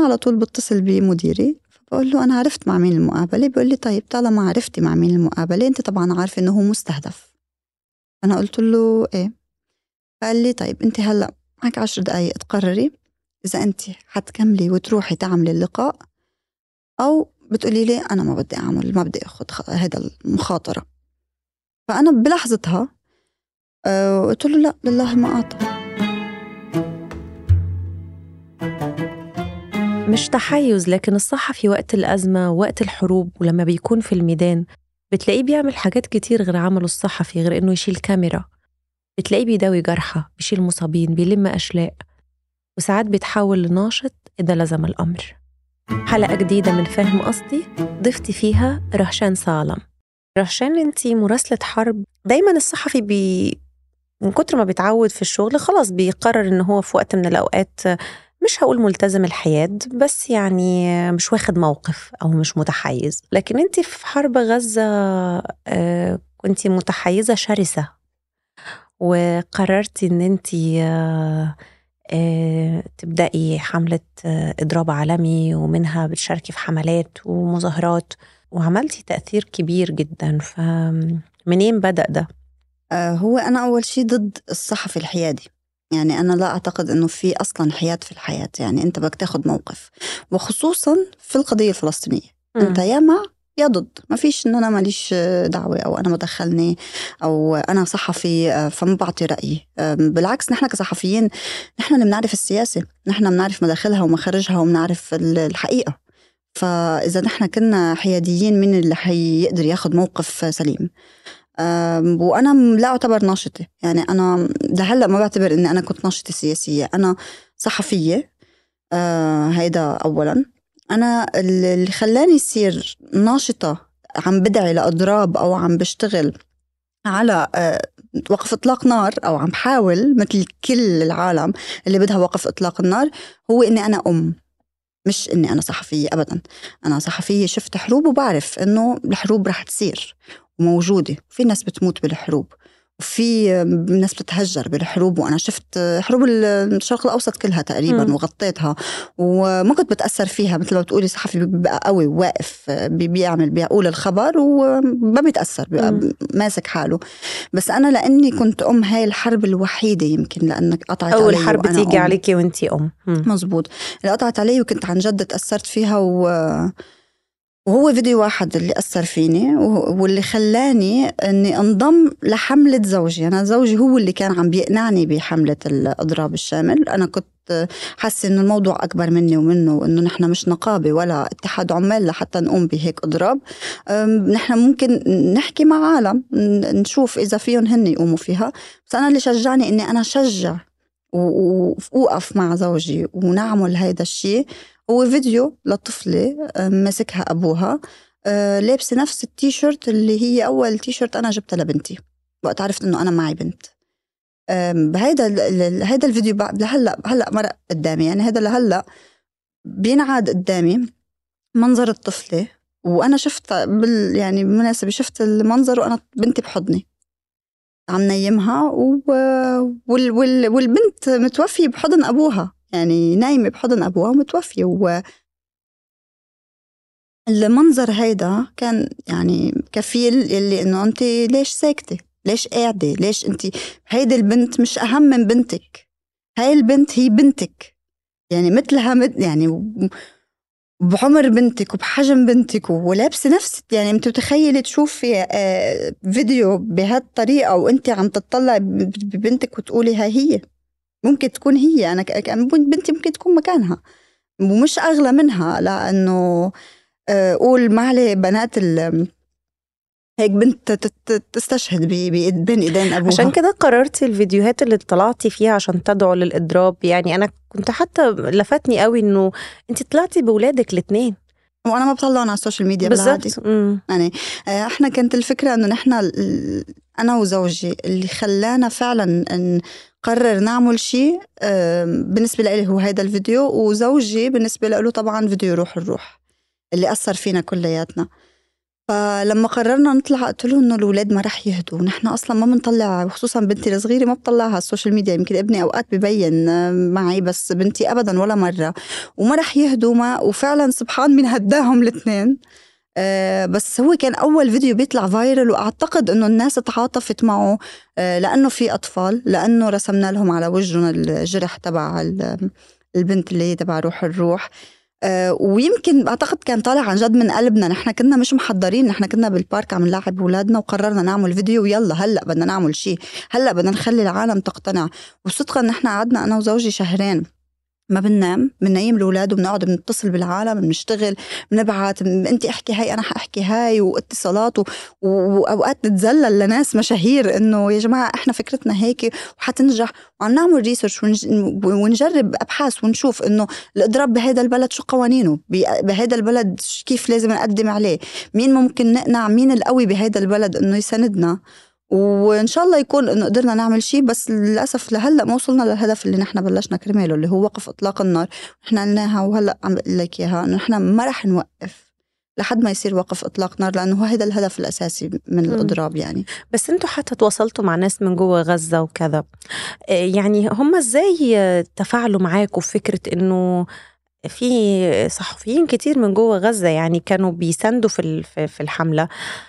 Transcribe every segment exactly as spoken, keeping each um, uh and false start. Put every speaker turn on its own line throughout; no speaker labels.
على طول بتصل بمديري، بقول له أنا عرفت مع مين المقابلة. بيقول لي طيب طالما عرفتي مع مين المقابلة أنت طبعا عارفة إنه هو مستهدف. أنا قلت له إيه. قال لي طيب أنت هلأ معك عشر دقايق تقرري إذا أنت حتكملي وتروحي تعملي اللقاء أو بتقولي لي أنا ما بدي أعمل، ما بدي أخذ هذا المخاطرة. فأنا بلحظتها أه قلت له لا لله ما أعطى.
مش تحيز، لكن الصحفي وقت الأزمة وقت الحروب ولما بيكون في الميدان بتلاقيه بيعمل حاجات كتير غير عمله الصحفي، غير إنه يشيل كاميرا. بتلاقيه بيداوي جرحى، بيشيل مصابين، بيلم أشلاء، وساعات بيتحول لناشط إذا لزم الأمر. حلقة جديدة من فهم قصدي، ضفتي فيها رهشان سالم. رهشان انتي مراسلة حرب. دايما الصحفي بي من كتر ما بيتعود في الشغل خلاص بيقرر إنه هو في وقت من الأوقات مش هقول ملتزم الحياد، بس يعني مش واخد موقف أو مش متحيز. لكن انتي في حرب غزة آه كنتي متحيزة شرسة، وقررتي إن انتي آه آه تبدأي حملة آه إضراب عالمي، ومنها بتشاركي في حملات ومظاهرات وعملتي تأثير كبير جدا. فمنين بدأ ده؟
آه هو أنا أول شيء ضد الصحفي الحيادي. يعني أنا لا أعتقد أنه في أصلا حياد في الحياة. يعني أنت بدك تاخد موقف، وخصوصا في القضية الفلسطينية م. أنت يا مع يا ضد. ما فيش إن أنا ماليش دعوة أو أنا مدخلني أو أنا صحفي فما بعطي رأيي. بالعكس نحن كصحفيين نحن اللي بنعرف السياسة، نحن بنعرف مداخلها ومخارجها وبنعرف الحقيقة. فإذا نحن كنا حياديين من اللي حيقدر ياخد موقف سليم؟ وأنا لا أعتبر ناشطة. يعني أنا لهلأ ما بعتبر أني أنا كنت ناشطة سياسية، أنا صحفية. أه هيدا أولا. أنا اللي خلاني يصير ناشطة عم بدعي لأضراب أو عم بشتغل على أه وقف إطلاق نار أو عم حاول مثل كل العالم اللي بدها وقف إطلاق النار، هو أني أنا أم، مش إني أنا صحفية أبدا. أنا صحفية شفت حروب وبعرف إنه الحروب رح تصير وموجودة، في ناس بتموت بالحروب وفي ناس بتتهجر بالحروب، وأنا شفت حروب الشرق الأوسط كلها تقريبا م. وغطيتها وما كنت بتأثر فيها. مثل لو تقولي صحفي بيبقى قوي واقف بيعمل بيقول الخبر وما بيتأثر، بيبقى ماسك حاله. بس أنا لأني كنت أم، هاي الحرب الوحيدة يمكن لأنك قطعت علي.
أول حرب تيجي أم. عليكي وانتي أم.
مزبوط، اللي قطعت علي وكنت عن جد تأثرت فيها و... وهو فيديو واحد اللي أثر فيني واللي خلاني أني انضم لحملة زوجي. أنا زوجي هو اللي كان عم بيقنعني بحملة الإضراب الشامل. أنا كنت حاسة أنه الموضوع أكبر مني ومنه، وأنه نحن مش نقابة ولا اتحاد عمال لحتى نقوم بهيك إضراب. نحن ممكن نحكي مع عالم نشوف إذا فيهم هن يقوموا فيها. بس أنا اللي شجعني أني أنا شجع وأوقف مع زوجي ونعمل هيدا الشيء هو فيديو لطفلة مسكها أبوها لابسة نفس التيشيرت اللي هي أول تيشيرت أنا جبتها لبنتي وقت عرفت إنه أنا معي بنت. هيدا هيدا الفيديو لهلا هلا مرق قدامي. يعني هيدا لهلا بينعاد قدامي منظر الطفلة، وأنا شفت بال يعني بالمناسبة شفت المنظر وأنا بنتي بحضني عم نيمها و... وال... وال... والبنت متوفية بحضن أبوها، يعني نايمة بحضن أبوها ومتوفية. و... المنظر هيدا كان يعني كفيل يلي إنه أنت ليش ساكتة، ليش قاعدة، ليش أنت هيدي البنت مش أهم من بنتك. هاي البنت هي بنتك، يعني مثلها مثل يعني بعمر بنتك وبحجم بنتك ولابسه نفس. يعني انت متخيله تشوفي فيديو بهالطريقه وانت عم تطلع ببنتك وتقولي هاي هي ممكن تكون هي انا بنتي ممكن تكون مكانها ومش اغلى منها. لانه قول معلي بنات هيك بنت تستشهد بين ايدين ابوها.
عشان كده قررتي الفيديوهات اللي طلعتي فيها عشان تدعو للإضراب. يعني انا كنت حتى لفتني قوي انه انت طلعتي بولادك الاثنين،
وانا ما بطلعهم على السوشيال ميديا بالعادي. يعني احنا كانت الفكره انه نحن انا وزوجي اللي خلانا فعلا نقرر نعمل شيء بالنسبه لي هو هيدا الفيديو، وزوجي بالنسبه له طبعا فيديو روح الروح اللي اثر فينا كلياتنا. فلما قررنا نطلع قلت له انه الاولاد ما رح يهدوا، نحن اصلا ما بنطلع، وخصوصا بنتي الصغيره ما بطلعها على السوشيال ميديا، يمكن ابني اوقات ببين معي بس بنتي ابدا ولا مره، وما رح يهدوا. ما وفعلا سبحان من هداهم الاثنين. آه بس هو كان اول فيديو بيطلع فايرل، واعتقد انه الناس تعاطفت معه آه لانه في اطفال، لانه رسمنا لهم على وجههم الجرح تبع البنت اللي تبع روح الروح. آه ويمكن أعتقد كان طالع عن جد من قلبنا، نحن كنا مش محضرين، نحن كنا بالبارك عم نلعب بولادنا وقررنا نعمل فيديو، ويلا هلأ بدنا نعمل شيء، هلأ بدنا نخلي العالم تقتنع. وصدقا نحن قعدنا أنا وزوجي شهرين ما بننام، بننيم الأولاد وبنقعد بنتصل بالعالم، بنشتغل، بنبعت انت احكي هاي انا حاحكي هاي، واتصالات و... واوقات نتذلل لناس مشاهير انه يا جماعه احنا فكرتنا هيك وحتنجح، وعم نعمل ريسيرش ونج... ونجرب ابحاث ونشوف انه الاضراب بهذا البلد شو قوانينه، بهذا البلد كيف لازم نقدم عليه، مين ممكن نقنع، مين القوي بهذا البلد انه يساندنا، وإن شاء الله يكون إنه قدرنا نعمل شيء. بس للأسف لهلأ ما وصلنا للهدف اللي نحن بلشنا كرماله، اللي هو وقف إطلاق النار. نحن قلناها وهلأ عم بقول لك إياها، إنه نحن ما رح نوقف لحد ما يصير وقف إطلاق نار، لأنه هو هذا الهدف الأساسي من الإضراب يعني.
بس أنتوا حتى تواصلتوا مع ناس من جوه غزة وكذا، يعني هم إزاي تفاعلوا معاكوا في فكرة إنه في صحفيين كتير من جوه غزة يعني كانوا بيساندوا في في الحملة؟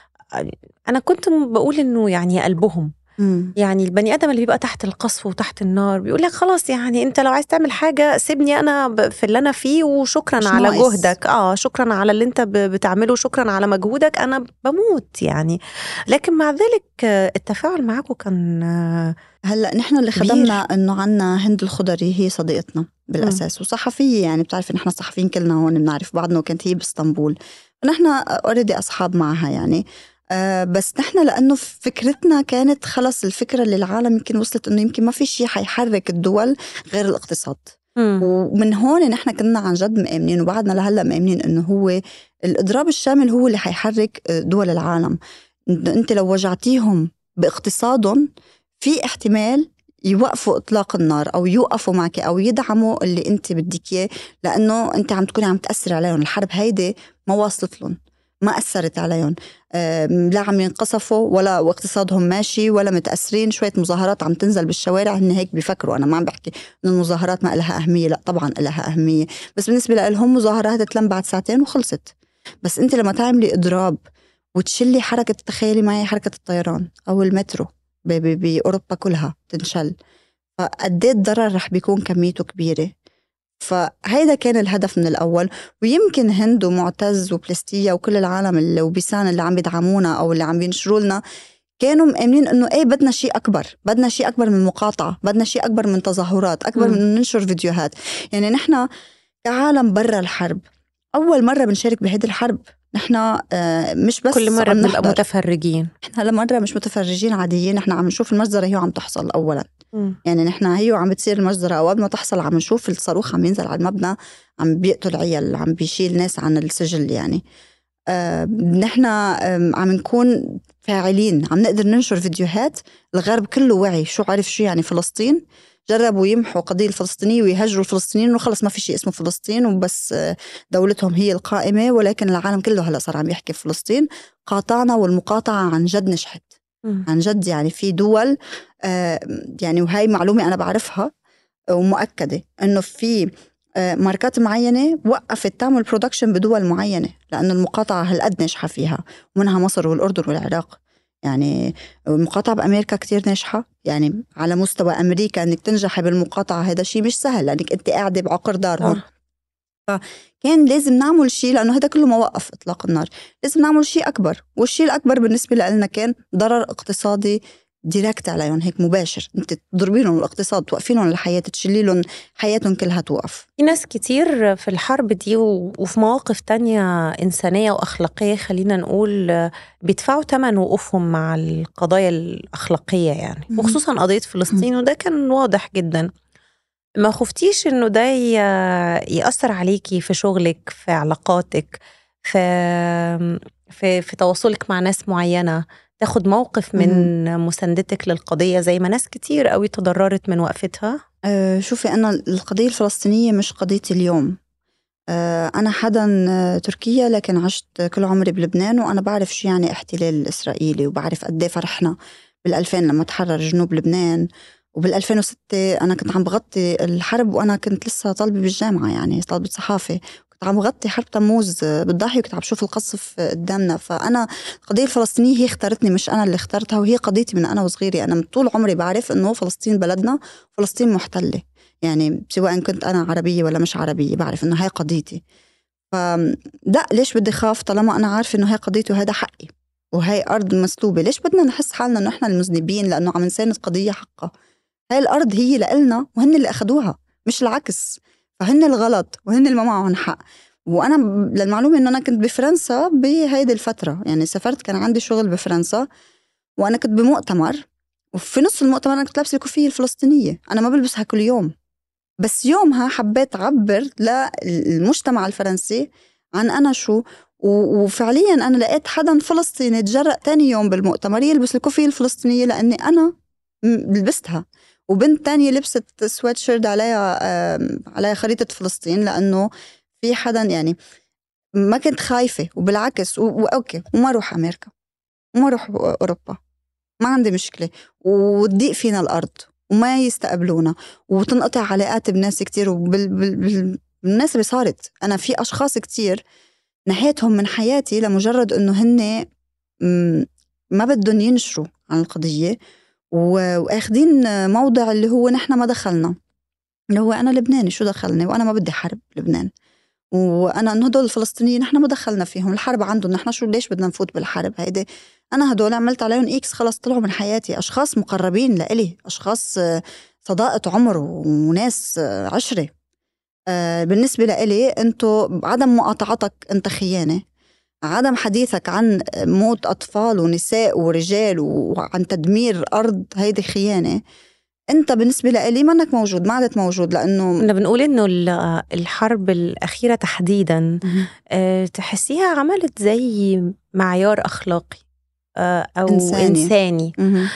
أنا كنت بقول إنه يعني قلبهم مم. يعني البني آدم اللي بيبقى تحت القصف وتحت النار بيقول لك خلاص، يعني أنت لو عايز تعمل حاجة سيبني أنا في اللي أنا فيه، وشكرا على ناقص. جهدك آه شكرا على اللي أنت بتعمله، شكرا على مجهودك، أنا بموت يعني. لكن مع ذلك التفاعل معاكم كان
هلأ نحن اللي خدمنا إنه عنا هند الخضري، هي صديقتنا بالأساس م. وصحفية، يعني بتعرف نحن صحفيين كلنا هون بنعرف بعضنا، وكانت هي باسطنبول، ونحن أوريدي أصحاب معها يعني. آه بس نحن لأنه فكرتنا كانت خلص الفكرة اللي العالم يمكن وصلت إنه يمكن ما في شيء حيحرك الدول غير الاقتصاد. م. ومن هون نحن كنا عن جد مآمنين، وبعدنا لهلا مآمنين إنه هو الإضراب الشامل هو اللي حيحرك دول العالم. أنت لو وجعتيهم باقتصادهم في احتمال يوقفوا إطلاق النار، أو يوقفوا معك، أو يدعموا اللي أنت بدك إياه، لأنه أنت عم تكوني عم تأثر عليهم. الحرب هيدي ما واصلت لهم، ما أثرت عليهم، لا عم ينقصفوا ولا واقتصادهم ماشي ولا متأثرين. شوية مظاهرات عم تنزل بالشوارع، هن هيك بيفكروا. أنا ما عم بحكي إن المظاهرات ما لها أهمية، لا طبعا لها أهمية، بس بالنسبة لهم مظاهرات تلم بعد ساعتين وخلصت. بس أنت لما تعملي إضراب وتشلي حركة، تخيلي معي حركة الطيران أو المترو بأوروبا كلها تنشل، فقديت ضرر رح بيكون كميته كبيرة. فهيدا كان الهدف من الأول. ويمكن هند ومعتز وبلستية وكل العالم اللي وبيسان اللي عم بيدعمونا أو اللي عم بينشروا لنا كانوا مؤمنين إنه إيه بدنا شيء أكبر، بدنا شيء أكبر من مقاطعة، بدنا شيء أكبر من تظاهرات، أكبر م. من ننشر فيديوهات. يعني نحن كعالم برا الحرب أول مرة بنشارك بهذه الحرب. نحن مش بس
كل مرة بنبقى متفرجين،
نحن هلا مرة مش متفرجين عاديين، نحن عم نشوف المجزرة هي عم تحصل أولا. م. يعني نحن هي عم بتصير المجزرة، وقبل ما تحصل عم نشوف الصاروخ عم ينزل على المبنى، عم بيقتل عيال، عم بيشيل ناس عن السجل. يعني آه نحن آه عم نكون فاعلين، عم نقدر ننشر فيديوهات. الغرب كله وعي شو عارف شو يعني فلسطين، جربوا يمحوا قضية الفلسطينية ويهجروا الفلسطينيين وخلص ما في شيء اسمه فلسطين، وبس دولتهم هي القائمة. ولكن العالم كله هلأ صار عم يحكي فلسطين. قاطعنا، والمقاطعة عن جد نجحت عن جد. يعني في دول آه يعني، وهي معلومة أنا بعرفها ومؤكدة، إنه في آه ماركات معينة وقفت تعمل برودكشن بدول معينة لأن المقاطعة هالقد ناجحة فيها، ومنها مصر والأردن والعراق. يعني المقاطعة بأمريكا كتير ناجحة، يعني على مستوى أمريكا أنك تنجحي بالمقاطعة هذا شيء مش سهل، لأنك أنت قاعدة بعقر دارهم. فكان لازم نعمل شيء، لأنه هذا كله ما وقف إطلاق النار، لازم نعمل شيء أكبر. والشيء الأكبر بالنسبة لنا كان ضرر اقتصادي ديركت عليهم، هيك مباشر. انت تضربي لهم الاقتصاد، توقفي لهم الحياة، تشيلي لهم حياتهم كلها توقف.
في ناس كتير في الحرب دي وفي مواقف تانية إنسانية وأخلاقية خلينا نقول بيدفعوا ثمن وقوفهم مع القضايا الأخلاقية يعني، وخصوصا قضية فلسطين، وده كان واضح جدا. ما خفتيش إنه ده يأثر عليكي في شغلك، في علاقاتك، في في في تواصلك مع ناس معينة، تاخد موقف من مم. مساندتك للقضية زي ما ناس كتير قوي تضررت من وقفتها؟
أه شوفي، أنا القضية الفلسطينية مش قضية اليوم. أنا حدا تركيا لكن عشت كل عمري بلبنان، وأنا بعرف شو يعني احتلال الإسرائيلي، وبعرف قد ايه فرحنا بالألفين لما تحرر جنوب لبنان، وبالألفين وستة أنا كنت عم بغطي الحرب وأنا كنت لسه طالبة بالجامعة، يعني طالبة صحافة، كنت عم بغطي حرب تموز بالضاحية وكنت عم بشوف القصف قدامنا. فأنا القضية الفلسطينية هي اختارتني مش أنا اللي اخترتها، وهي قضيتي من أنا وصغيري. أنا من طول عمري بعرف إنه فلسطين بلدنا، فلسطين محتلة، يعني سواء كنت أنا عربية ولا مش عربية بعرف إنه هاي قضيتي. فلا ليش بدي خاف طالما أنا عارفة إنه هاي قضيتي وهذا حقي وهاي أرض مسلوبة؟ ليش بدنا نحس حالنا إنه إحنا المذنبين لأنه عم نساند قضية حقها؟ هاي الأرض هي لإلنا وهن اللي أخدوها مش العكس، فهن الغلط وهن اللي ما معهم حق. وأنا للمعلومة إنه أنا كنت بفرنسا بهيدي الفترة، يعني سافرت كان عندي شغل بفرنسا وأنا كنت بمؤتمر، وفي نص المؤتمر أنا كنت لابسة الكوفية الفلسطينية، أنا ما بلبسها كل يوم، بس يومها حبيت أعبر للمجتمع الفرنسي عن أنا شو. وفعليا أنا لقيت حدا فلسطيني تجرأ تاني يوم بالمؤتمر يلبس الكوفية الفلسطينية لأني أنا لبستها، وبنت تانية لبست سويت شيرت عليها عليها خريطة فلسطين، لأنه في حدا يعني ما كنت خايفة، وبالعكس وأوكي وما روح أمريكا وما روح أوروبا، ما عندي مشكلة، وتضيق فينا الأرض وما يستقبلونا وتنقطع علاقات بناس كتير. وبالناس اللي صارت أنا في أشخاص كتير نحيتهم من حياتي لمجرد أنه هن ما بدهم ينشروا عن القضية وآخدين موضع اللي هو نحن ما دخلنا، اللي هو أنا لبناني شو دخلني وأنا ما بدي حرب لبنان، وأنا أنه هدول الفلسطينيين نحن ما دخلنا فيهم، الحرب عندهم نحن شو ليش بدنا نفوت بالحرب هيدي. أنا هدول عملت عليهم إكس خلاص طلعوا من حياتي، أشخاص مقربين لإلي، أشخاص صداقة عمر وناس عشرة. بالنسبة لإلي أنتو عدم مقاطعتك أنت خيانة، عدم حديثك عن موت أطفال ونساء ورجال وعن تدمير أرض هيدي خيانة. أنت بالنسبة لإلي منك موجود، ما عدت موجود، لأنه
كنا بنقول إنه الحرب الأخيرة تحديداً أه تحسيها عملت زي معيار أخلاقي أه أو إنساني, إنساني.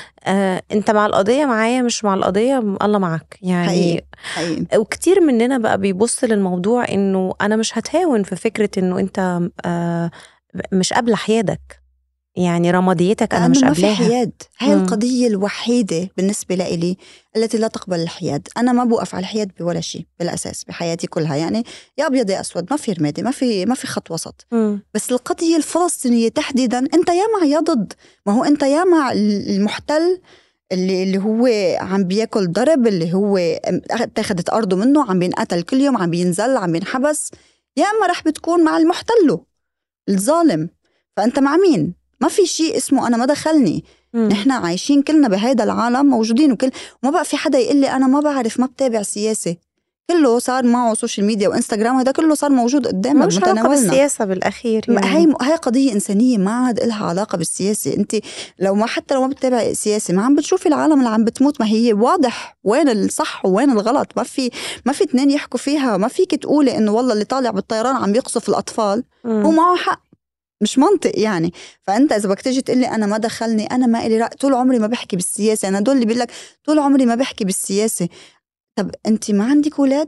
أه أنت مع القضية معايا مش مع القضية الله معك يعني
حقيقي. حقيقي.
وكتير مننا بقى بيبص للموضوع إنه أنا مش هتهاون في فكرة إنه أنت أه مش قابلة حيادك، يعني رماديتك أنا مش قابلاها.
حياد هاي القضية الوحيدة بالنسبة لي التي لا تقبل الحياد. أنا ما بوقف على الحياد بولا شيء بالأساس بحياتي كلها، يعني يا أبيض يا أسود، ما في رمادي، ما في ما في خط وسط. م. بس القضية الفلسطينية تحديدا أنت يا مع يا ضد، ما هو أنت يا مع المحتل اللي اللي هو عم بياكل ضرب، اللي هو اتخذت أرضه منه، عم بينقتل كل يوم، عم بينزل، عم بينحبس، يا أما رح بتكون مع المحتل الظالم. فأنت مع مين؟ ما في شيء اسمه أنا ما دخلني. مم. نحن عايشين كلنا بهذا العالم موجودين، وكل وما بقى في حدا يقول لي أنا ما بعرف ما بتابع سياسة، كله صار معه سوشيال ميديا وإنستغرام، هذا كله صار موجود قدامنا
مش علاقة بالسياسة بالأخير يعني.
هاي هاي قضية إنسانية ما عاد إلها علاقة بالسياسة. أنت لو ما حتى لو ما بتتابع سياسة ما عم بتشوفي العالم اللي عم بتموت، ما هي واضح وين الصح وين الغلط، ما في ما في اتنين يحكوا فيها. ما فيك تقولي إنه والله اللي طالع بالطيران عم يقصف الأطفال هو معه حق، مش منطق يعني. فأنت إذا بدك تيجي تقول لي أنا ما دخلني، أنا ما إلي رأي، طول عمري ما بحكي بالسياسة، أنا دول اللي بيقول لك طول عمري ما بحكي بالسياسة. طب أنت ما عندك أولاد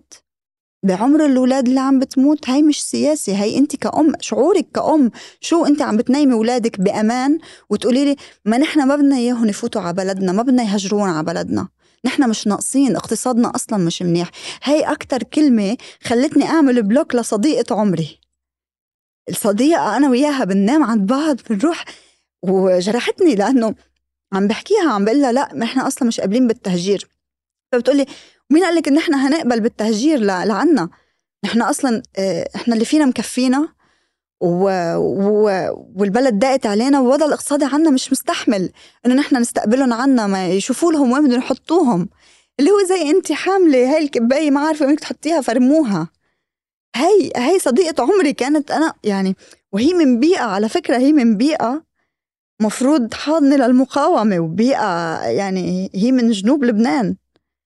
بعمر الأولاد اللي عم بتموت؟ هاي مش سياسة، هاي أنت كأم شعورك كأم. شو أنت عم بتنيمي أولادك بأمان وتقولي لي ما نحن ما بدنا إياهم يفوتوا على بلدنا، ما بدنا يهجرون على بلدنا، نحن مش ناقصين، اقتصادنا أصلا مش منيح. هاي أكتر كلمة خلتني أعمل بلوك لصديقة عمري، الصديقة أنا وياها بننام عند بعض بنروح، وجرحتني لأنه عم بحكيها عم بقولها لا ما إحنا أصلا مش قابلين بالتهجير. فبتقولي مين قال لك إن إحنا هنقبل بالتهجير لعنا؟ نحن أصلا إحنا اللي فينا مكفينا و... و... والبلد ضاقت علينا، والوضع الاقتصادي عنا مش مستحمل إنه نحن نستقبلهم عنا، ما يشوفوا لهم وين بدهم يحطوهم، اللي هو زي أنت حاملة هاي الكباية ما عارفة وين تحطيها فرموها. هاي هاي صديقة عمري كانت أنا يعني، وهي من بيئة على فكرة هي من بيئة مفروض حاضنة للمقاومة، وبيئة يعني هي من جنوب لبنان،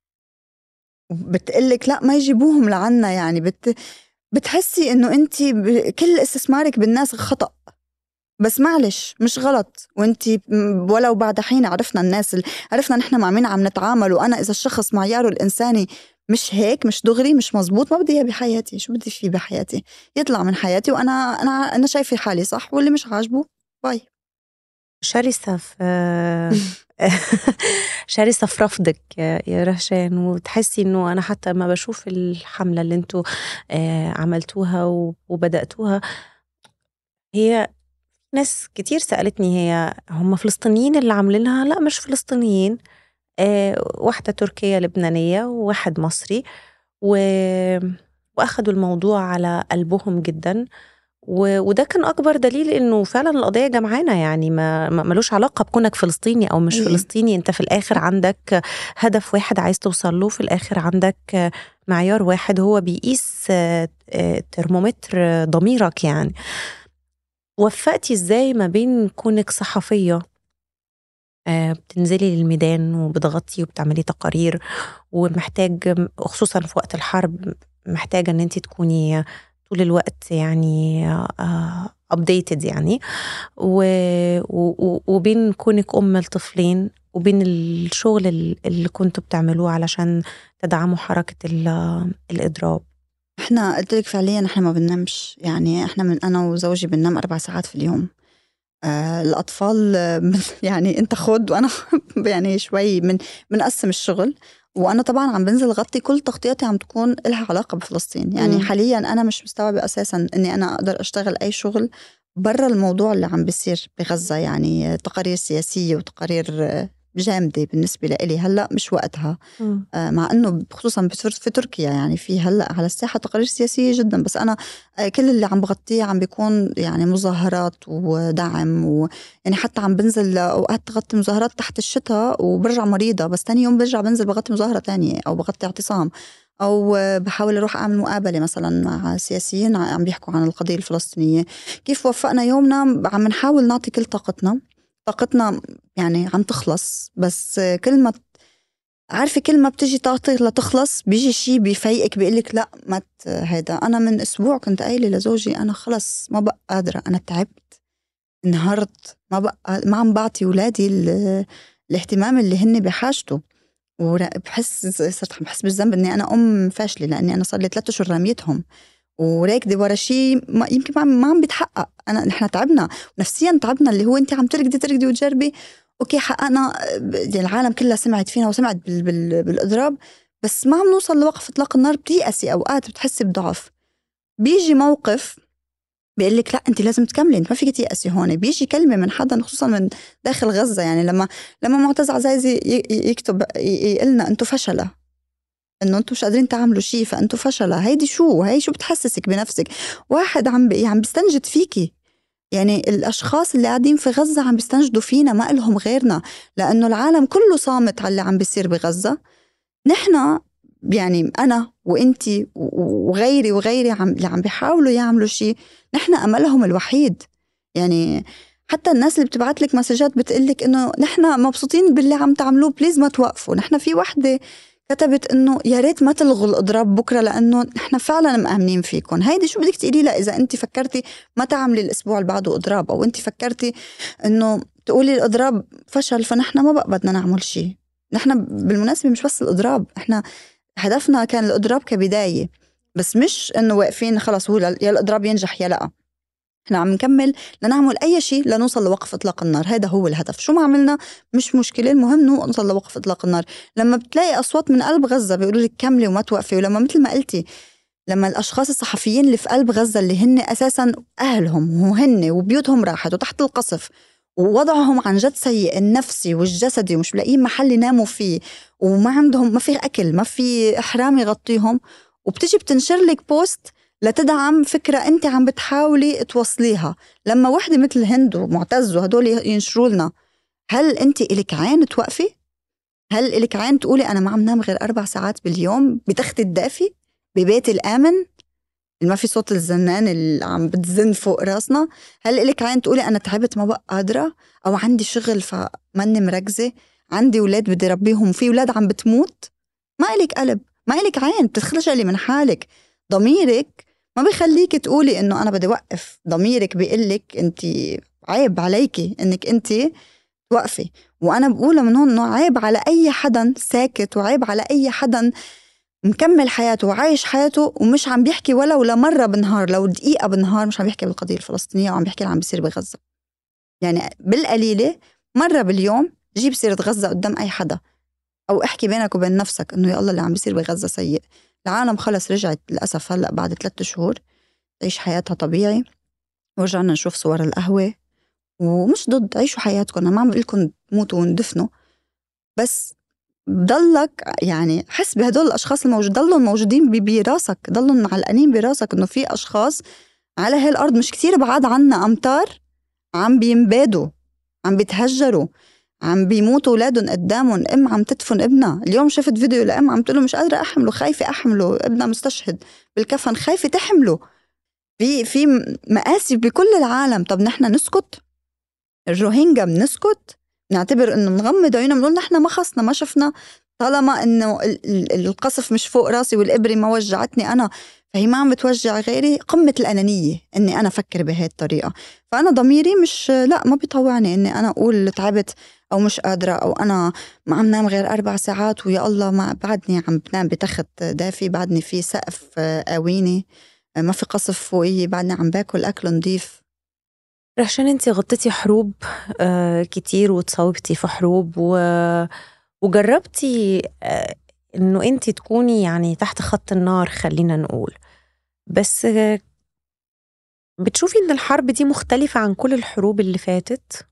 بتقلك لا ما يجيبوهم لعنا. يعني بت بتحسي إنه أنت كل استثمارك بالناس خطأ، بس معلش مش غلط، وانتي ولو بعد حين عرفنا الناس اللي عرفنا نحن مع مين عم نتعامل، وأنا إذا الشخص معياره الإنساني مش هيك، مش دغري، مش مزبوط، ما بدي إياه بحياتي. شو بدي فيه بحياتي؟ يطلع من حياتي وأنا أنا أنا شايفة حالي صح، واللي مش عاجبه باي.
شرسة في شرسة في رفضك يا رهشان، وتحسي إنه أنا حتى ما بشوف الحملة اللي انتوا عملتوها وبدأتوها، هي ناس كتير سألتني هي هم فلسطينيين اللي عاملينها؟ لا مش فلسطينيين، آه واحدة تركية لبنانية وواحد مصري، و... وأخدوا الموضوع على قلبهم جدا، و... وده كان أكبر دليل إنه فعلا القضية جمعانا. يعني ما ملوش علاقة بكونك فلسطيني أو مش
إيه.
فلسطيني، أنت في الآخر عندك هدف واحد عايز توصل له، في الآخر عندك معيار واحد هو بيقيس ترمومتر ضميرك. يعني وفقتي إزاي ما بين كونك صحفية بتنزلي للميدان وبتغطي وبتعملي تقارير، ومحتاج خصوصا في وقت الحرب محتاجة ان انت تكوني طول الوقت يعني updated يعني، وبين كونك أم لطفلين، وبين الشغل اللي كنتوا بتعملوه علشان تدعموا حركة الإضراب؟
احنا قلت لك فعليا احنا ما بننامش. يعني احنا من انا وزوجي بننام اربع ساعات في اليوم. آه الأطفال يعني أنت خد وأنا يعني شوي من بنقسم الشغل، وأنا طبعا عم بنزل غطي كل تغطياتي عم تكون لها علاقة بفلسطين. يعني م. حاليا أنا مش مستوعبة أساسا أني أنا أقدر أشتغل أي شغل برا الموضوع اللي عم بيصير بغزة. يعني تقارير سياسية وتقارير جامدة بالنسبة لي هلأ مش وقتها. آه مع أنه خصوصا في تركيا يعني في هلأ على الساحة تقارير سياسية جدا، بس أنا آه كل اللي عم بغطيه عم بيكون يعني مظاهرات ودعم، و يعني حتى عم بنزل أوقات تغطي مظاهرات تحت الشتاء وبرجع مريضة، بس تاني يوم برجع بنزل بغطي مظاهرة تانية أو بغطي اعتصام، أو بحاول أروح أعمل مقابلة مثلا مع سياسيين عم بيحكوا عن القضية الفلسطينية. كيف وفقنا يومنا؟ عم نحاول نعطي كل طاقتنا. طاقتنا يعني عم تخلص، بس كل ما عارفة كل ما بتجي طاقتك لتخلص بيجي شي بيفيقك بيقلك لا ما هيدا. أنا من أسبوع كنت قايلة لزوجي أنا خلص ما بقى قادرة، أنا تعبت انهارت، ما بقى ما عم بعطي ولادي الاهتمام اللي هن بحاجته. وبحس صرت بحس بالذنب إني أنا أم فاشلة، لأني أنا صار لي ثلاثة أشهر راميتهم وراكدة ورا شيء يمكن ما عم, ما عم بيتحقق. أنا نحن تعبنا نفسيا، تعبنا اللي هو أنت عم تركدي تركدي وتجربي. أوكي حققنا، العالم كلها سمعت فينا وسمعت بال بال بالإضراب، بس ما عم نوصل لوقف إطلاق النار. بتيأسي أوقات، بتحسي بضعف. بيجي موقف بيقول لك لا أنت لازم تكملي، أنت ما فيك تيأسي هون. بيجي كلمة من حدا خصوصا من داخل غزة، يعني لما لما معتز عزايزي يكتب يقلنا أنتوا فشلة، انه انتم مش قادرين تعملوا شيء فانتم فشلة. هيدي شو هي شو بتحسسك بنفسك؟ واحد عم بي عم بيستنجد فيكي. يعني الاشخاص اللي قاعدين في غزة عم بيستنجدوا فينا، ما إلهم غيرنا، لانه العالم كله صامت على اللي عم بيصير بغزة. نحن يعني انا وانتي وغيري وغيري عم اللي عم بيحاولوا يعملوا شيء، نحن املهم الوحيد. يعني حتى الناس اللي بتبعت لك مسجات بتقلك انه نحن مبسوطين باللي عم تعملوه، بليز ما توقفوا. نحن في وحدة كتبت انه يا ريت ما تلغوا الاضراب بكره لانه نحن فعلا مآمنين فيكم. هيدي شو بدك تقولي لها اذا انت فكرتي ما تعملي الاسبوع اللي بعده اضراب، او انت فكرتي انه تقولي الاضراب فشل فنحن ما بقى بدنا نعمل شيء. نحن بالمناسبه مش بس الاضراب، احنا هدفنا كان الاضراب كبدايه، بس مش انه واقفين خلص هو يا الاضراب ينجح يا لا. احنا عم نكمل لنعمل اي شيء لنوصل لوقف اطلاق النار. هذا هو الهدف. شو ما عملنا مش مشكله، المهم نوصل لوقف اطلاق النار. لما بتلاقي اصوات من قلب غزه بيقولوا لك كملي وما توقفي، ولما مثل ما قلتي لما الاشخاص الصحفيين اللي في قلب غزه اللي هن اساسا اهلهم وهن وبيوتهم راحت وتحت القصف ووضعهم عن جد سيء النفسي والجسدي ومش لاقيين محل يناموا فيه وما عندهم، ما في اكل، ما في احرام يغطيهم، وبتجي بتنشر لك بوست لتدعم فكرة أنت عم بتحاولي توصليها. لما وحدة مثل هند ومعتز وهدول ينشروا لنا، هل أنت إلك عين توقفي؟ هل إلك عين تقولي أنا ما عم نام غير أربع ساعات باليوم بتختي الدافي ببيتي الآمن ما في صوت الزنان اللي عم بتزن فوق راسنا؟ هل إلك عين تقولي أنا تعبت ما بقى قادرة، أو عندي شغل فماني مركزة، عندي ولاد بدي ربيهم، في ولاد عم بتموت؟ ما إلك قلب، ما إلك عين، بتتخجلي من حالك. ضميرك ما بيخليك تقولي إنه أنا بدي وقف، ضميرك بيقلك أنت عيب عليكي إنك أنت توقفي. وأنا بقولها من هون إنه عيب على أي حدا ساكت، وعيب على أي حدا مكمل حياته وعايش حياته ومش عم بيحكي ولا ولا مرة بالنهار، لو دقيقة بالنهار مش عم بيحكي بالقضية الفلسطينية وعم بيحكي اللي عم بيصير بغزة. يعني بالقليلة مرة باليوم جيب سيرة غزة قدام أي حدا، أو احكي بينك وبين نفسك إنه يا الله اللي عم بيصير بغزة سيء. العالم خلص رجعت للأسف هلأ بعد ثلاثة شهور تعيش حياتها طبيعي، ورجعنا نشوف صور القهوة. ومش ضد، عيشوا حياتكم، أنا ما عم بقولكم تموتوا وندفنوا، بس ضلك يعني حس بهدول الأشخاص الموجود، ضلهم موجودين براسك، ضلهم معلقانين براسك إنه في أشخاص على هالأرض مش كتير بعاد عنا أمتار عم بينبادوا، عم بيتهجروا، عم بيموتوا أولادهم قدامهم، أم عم تدفن ابنها. اليوم شفت فيديو لأم عم تقوله مش قادرة أحمله، خايفة أحمله، ابنها مستشهد بالكفن، خايفة تحمله. في في مآسي بكل العالم. طب نحن نسكت؟ الروهينجا بنسكت؟ نعتبر إنه نغمض عيوننا بنقول نحن ما خصنا ما شفنا، طالما إنه القصف مش فوق راسي والإبرة ما وجعتني أنا فهي ما عم بتوجع غيري. قمة الأنانية إني أنا أفكر بهذه الطريقة. فأنا ضميري مش لا ما بيطوعني إني أنا أقول تعبت أو مش قادرة أو أنا ما عم نام غير أربع ساعات ويا الله ما بعدني عم بنام بتخت دافي، بعدني في سقف قاويني، ما في قصف فوقي، بعدني عم باكل أكل نضيف.
عشان انتي غطيتي حروب آه كتير وتصوبتي في حروب و... وجربتي آه انه انتي تكوني يعني تحت خط النار خلينا نقول، بس آه بتشوفي ان الحرب دي مختلفة عن كل الحروب اللي فاتت؟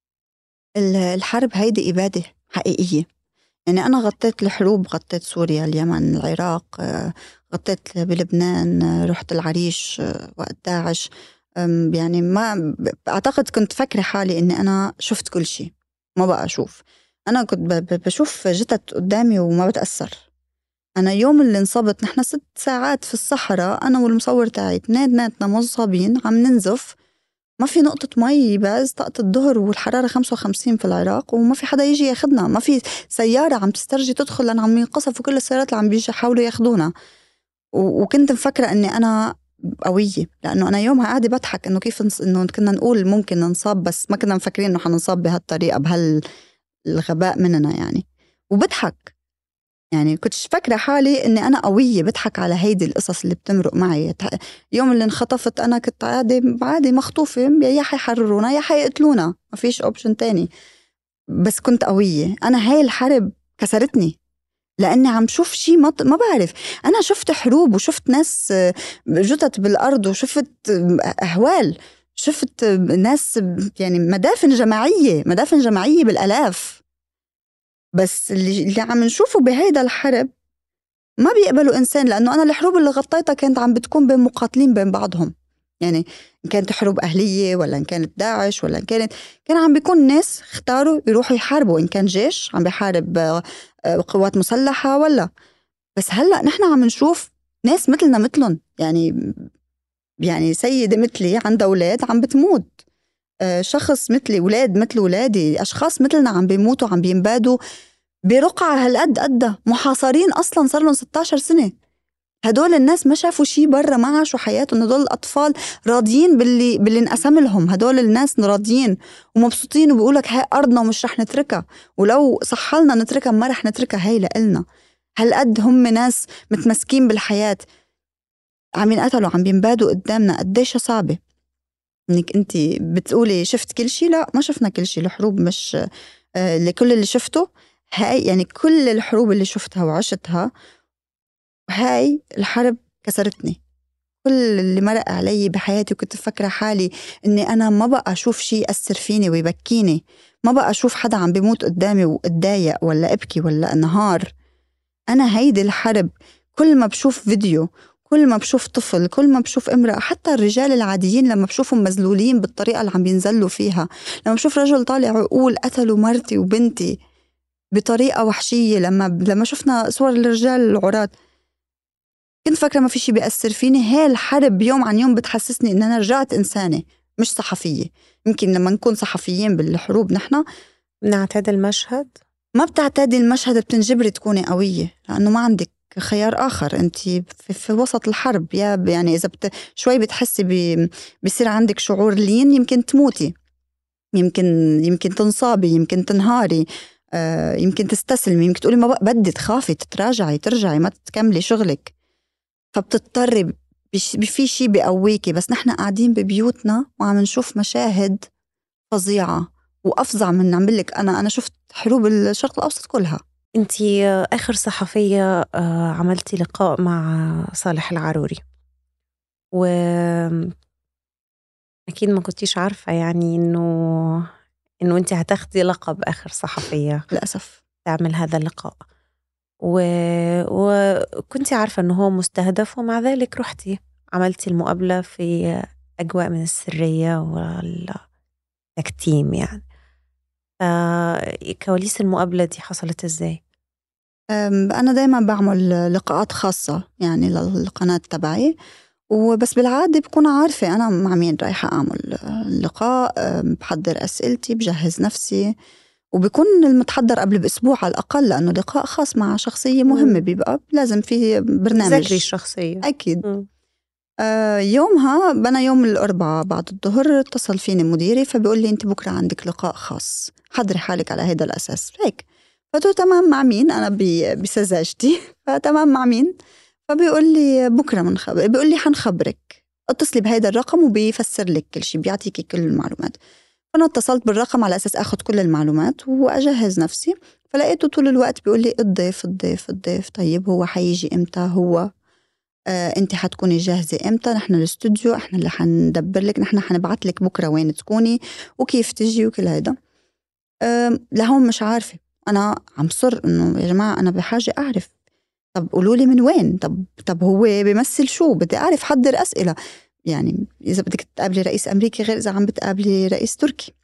الحرب هيدي إبادة حقيقية. يعني أنا غطيت الحروب، غطيت سوريا، اليمن، العراق، غطيت بلبنان، رحت العريش وقت داعش. يعني ما أعتقد كنت فكرة حالي إني أنا شفت كل شيء. ما بقى أشوف، أنا كنت بشوف جتت قدامي وما بتأثر. أنا يوم اللي انصبت نحن ست ساعات في الصحراء أنا والمصور تاعي اثنيناتنا مصابين عم ننزف، ما في نقطة مي بس طاقة الظهر والحرارة خمسة وخمسين في العراق، وما في حدا يجي ياخدنا، ما في سيارة عم تسترجي تدخل لأن عم ينقصفوا كل السيارات اللي عم بيجي يحاولوا ياخدونا. وكنت مفكرة أني أنا قوية لأنه أنا يومها قاعدة بضحك إنه كيف نص... إنه كنا نقول ممكن ننصاب، بس ما كنا مفكرين إنه حننصاب بهالطريقة بهالغباء مننا يعني. وبضحك يعني كنتش فاكرة حالي إني أنا قوية، بضحك على هيدي القصص اللي بتمرق معي. يوم اللي انخطفت أنا كنت عادي عادي مخطوفة، يا حيحررونا يا حيقتلونا، ما فيش أوبشن تاني، بس كنت قوية. أنا هاي الحرب كسرتني لأني عم شوف شي ما ما بعرف. أنا شفت حروب وشفت ناس جتت بالأرض وشفت أهوال، شفت ناس يعني مدافن جماعية مدافن جماعية بالألاف. بس اللي, اللي عم نشوفه بهيدا الحرب ما بيقبلوا إنسان، لأنه أنا الحروب اللي غطيتها كانت عم بتكون بين مقاتلين بين بعضهم. يعني إن كانت حروب أهلية ولا إن كانت داعش ولا إن كانت كان عم بيكون ناس اختاروا يروحوا يحاربوا، إن كان جيش عم بيحارب قوات مسلحة ولا. بس هلأ نحن عم نشوف ناس مثلنا مثلهم، يعني يعني سيدة مثلي عندها أولاد عم بتموت، شخص مثلي أولاد مثل أولادي، أشخاص مثلنا عم بيموتوا عم بينبادوا برقعة هالقد قدها، محاصرين أصلا صار لهم ستة عشر سنة. هدول الناس ما شافوا شي برا، ما عاشوا حياتهم. هدول الأطفال راضيين باللي باللي انقسم لهم، هدول الناس راضيين ومبسوطين وبيقولك هاي أرضنا ومش رح نتركها، ولو صحلنا نتركها ما رح نتركها، هاي لإلنا. هالقد هم ناس متمسكين بالحياة عم ينقتلوا عم بينبادوا قدامنا. قديش صعبة انك انتي بتقولي شفت كل شي. لا ما شفنا كل شي. الحروب مش آه لكل اللي شفته هاي، يعني كل الحروب اللي شفتها وعشتها هاي الحرب كسرتني. كل اللي مرق علي بحياتي وكنت فكرة حالي اني انا ما بقى اشوف شي يأثر فيني ويبكيني، ما بقى اشوف حدا عم بيموت قدامي واتضايق ولا ابكي ولا انهار. انا هيدي الحرب كل ما بشوف فيديو، كل ما بشوف طفل، كل ما بشوف امرأة، حتى الرجال العاديين لما بشوفهم مزلولين بالطريقة اللي عم بينزلوا فيها، لما بشوف رجل طالع يقول قتلوا مرتي وبنتي بطريقة وحشية، لما لما شفنا صور الرجال العراة كنت فاكرة ما في شي بيأثر فيني. هاي الحرب يوم عن يوم بتحسسني إن أنا رجعت إنسانة مش صحفية. يمكن لما نكون صحفيين بالحروب نحن
نعتاد المشهد، ما
بتعتادي المشهد، بتنجبري تكوني قوية لأنه ما عندك خيار آخر. أنت في, في وسط الحرب، يا يعني إذا بت شوي بتحسي بي بيصير عندك شعور لين يمكن تموتي، يمكن يمكن تنصابي، يمكن تنهاري، آه، يمكن تستسلمي، يمكن تقولي ما بق- بدي تخافي تتراجعي ترجعي ما تكملي شغلك، فبتضطري بش- في شيء بقويكي. بس نحن قاعدين ببيوتنا وعم نشوف مشاهد فظيعة وأفظع من عم بقلك أنا أنا شفت حروب الشرق الأوسط كلها.
انتي آخر صحفية آه، عملتي لقاء مع صالح العروري، وأكيد ما كنتيش عارفة يعني إنه إنه انتي هتاخدي لقب آخر صحفية
للأسف.
تعمل هذا اللقاء، و... وكنتي عارفة إنه هو مستهدف، ومع ذلك رحتي عملتي المقابلة في أجواء من السرية والتكتيم يعني. فكواليس المقابلة دي حصلت إزاي؟
أم، أنا دايما بعمل لقاءات خاصة يعني للقناة تبعي، وبس بالعادة بكون عارفة أنا مع مين رايحة أعمل لقاء. أم، بحضر أسئلتي، بجهز نفسي، وبكون المتحضر قبل بأسبوع على الأقل، لأنه لقاء خاص مع شخصية مهمة بيبقى لازم فيه برنامج.
ذكري الشخصية
أكيد.
مم.
آه يومها أنا يوم الأربعاء بعد الظهر اتصل فيني مديري فبيقول لي أنت بكرة عندك لقاء خاص، حضري حالك على هذا الأساس هيك. فقلت تمام مع مين؟ أنا بسذاجتي فتمام مع مين؟ فبيقول لي بكرة من خبر، بيقول لي حنخبرك، اتصلي بهذا الرقم وبيفسر لك كل شيء، بيعطيكي كل المعلومات. فأنا اتصلت بالرقم على أساس أخذ كل المعلومات وأجهز نفسي، فلقيته طول الوقت بيقول لي الضيف الضيف الضيف. طيب هو حيجي إمتى؟ هو آه انت حتكوني جاهزة امتى؟ نحن الاستوديو احنا اللي حندبر لك، نحن حنبعت لك بكرة وين تكوني وكيف تجي وكل هيدا. آه لهون مش عارفة، انا عم صر انه يا جماعة انا بحاجة اعرف، طب قولوا لي من وين، طب طب هو بيمثل شو، بدي اعرف حضر اسئلة. يعني اذا بدك تقابلي رئيس امريكي غير اذا عم بتقابلي رئيس تركي.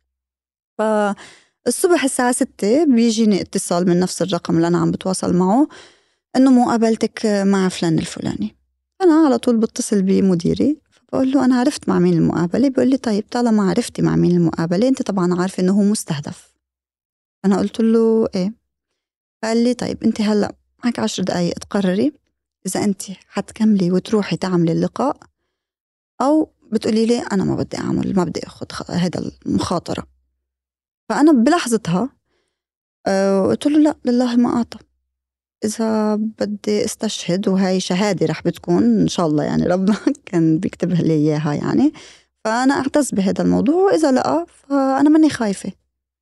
فالصبح الساعة ستة بيجيني اتصال من نفس الرقم اللي انا عم بتواصل معه انه مقابلتك مع فلان الفلاني. أنا على طول بتصل بمديري فبقول له أنا عرفت مع مين المقابلة. بيقول لي طيب طالما عرفتي مع مين المقابلة أنت طبعا عارفة إنه هو مستهدف. أنا قلت له إيه. قال لي طيب أنت هلأ معك عشر دقايق تقرري إذا أنت حتكملي وتروحي تعملي اللقاء أو بتقولي لي أنا ما بدي أعمل، ما بدي أخذ هذا المخاطرة. فأنا بلحظتها أه قلت له لا لله ما أعطى، إذا بدي استشهد وهاي شهادة رح بتكون إن شاء الله يعني ربنا كان بيكتبها لي إياها يعني، فأنا أعتز بهذا الموضوع، وإذا لأ فأنا مني خايفة.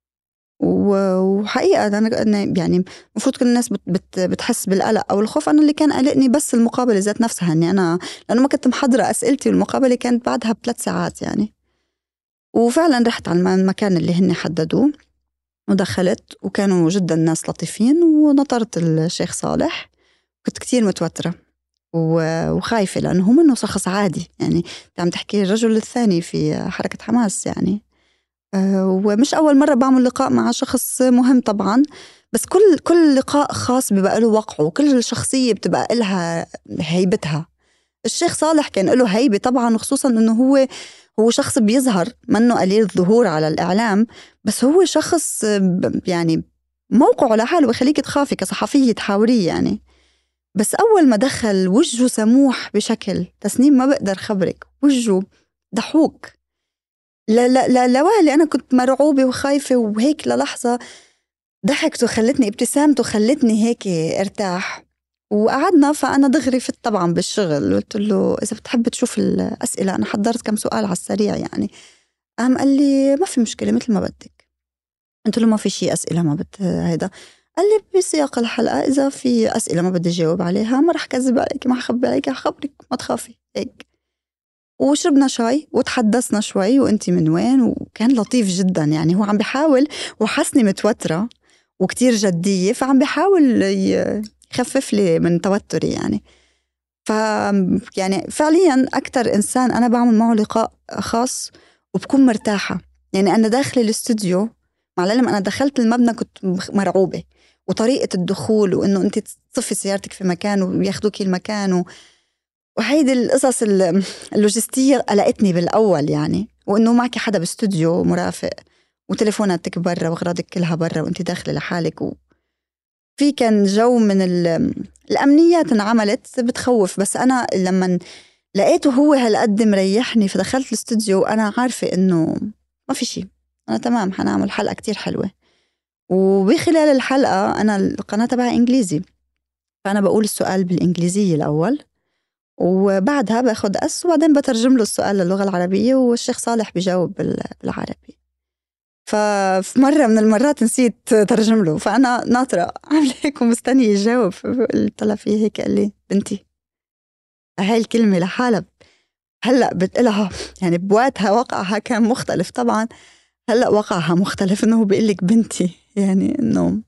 وحقيقة أنا يعني مفروض كل الناس بت بت بتحس بالقلق أو الخوف، أنا اللي كان قلقني بس المقابلة ذات نفسها، إني أنا لأنه ما كنت محضرة أسئلتي والمقابلة كانت بعدها بثلاث ساعات يعني. وفعلا رحت على المكان اللي هن حددوه ودخلت، وكانوا جدا ناس لطيفين، ونطرت الشيخ صالح. كنت كتير متوترة وخايفة لأنه هو منه شخص عادي، يعني عم تحكي الرجل الثاني في حركة حماس يعني. ومش أول مرة بعمل لقاء مع شخص مهم طبعا، بس كل كل لقاء خاص بيبقى له وقعه، وكل شخصية بتبقى لها هيبتها. الشيخ صالح كان له هيبة طبعا، وخصوصا أنه هو هو شخص بيظهر منه قليل الظهور على الإعلام، بس هو شخص يعني موقعه لحاله بخليك تخافي كصحفية تحاوريه يعني. بس أول ما دخل وجهه سموح بشكل تسنيم ما بقدر خبرك، وجهه ضحوك. لا لا لا لوالي أنا كنت مرعوبة وخايفة، وهيك للحظة ضحكته خلتني ابتسامته خلتني هيك ارتاح. وقعدنا، فأنا دغري فت طبعا بالشغل، قلت له إذا بتحب تشوف الأسئلة أنا حضرت كم سؤال على السريع يعني. قام قال لي ما في مشكلة مثل ما بدك. قلت له ما في شيء أسئلة ما بت هيدا. قال لي بسياق الحلقة إذا في أسئلة ما بدي جاوب عليها ما رح كذب عليك، ما حخبي عليك، حخبرك ما تخافي هيك. وشربنا شاي وتحدثنا شوي وانتي من وين، وكان لطيف جدا يعني. هو عم بيحاول وحسني متوترة وكتير جدية، فعم بيحاول يخفف لي من توتري يعني. ف يعني فعليا أكتر إنسان أنا بعمل معه لقاء خاص وبكون مرتاحة. يعني أنا داخل الاستوديو مع العلم أنا دخلت المبنى كنت مرعوبة، وطريقة الدخول وإنه أنت تصفي سيارتك في مكان وياخدوكي المكان و... وهيدي القصص اللوجستية قلقتني بالأول يعني، وإنه معك حدا باستوديو مرافق وتليفوناتك برا وأغراضك كلها برا وإنت داخلة لحالك. وفي كان جو من الأمنيات انعملت بتخوف. بس أنا لما لقيته هو هالقد مريحني فدخلت الاستوديو وأنا عارفة إنه ما في شيء، أنا تمام حنعمل حلقة كتير حلوة. وبخلال الحلقة أنا القناة تبعي إنجليزي، فأنا بقول السؤال بالإنجليزية الأول وبعدها باخد أس وبعدين بترجم له السؤال للغة العربية والشيخ صالح بيجاوب بالعربي. ففي مرة من المرات نسيت ترجم له، فأنا ناطرة عاملة هيك ومستنية يجاوب. قلت له فيه هيك، قال لي بنتي هاي الكلمة لحالها هلأ بتقلها يعني بوقتها وقعها كان مختلف طبعا، هلأ وقعها مختلف إنه بيقلك بنتي، يعني إنه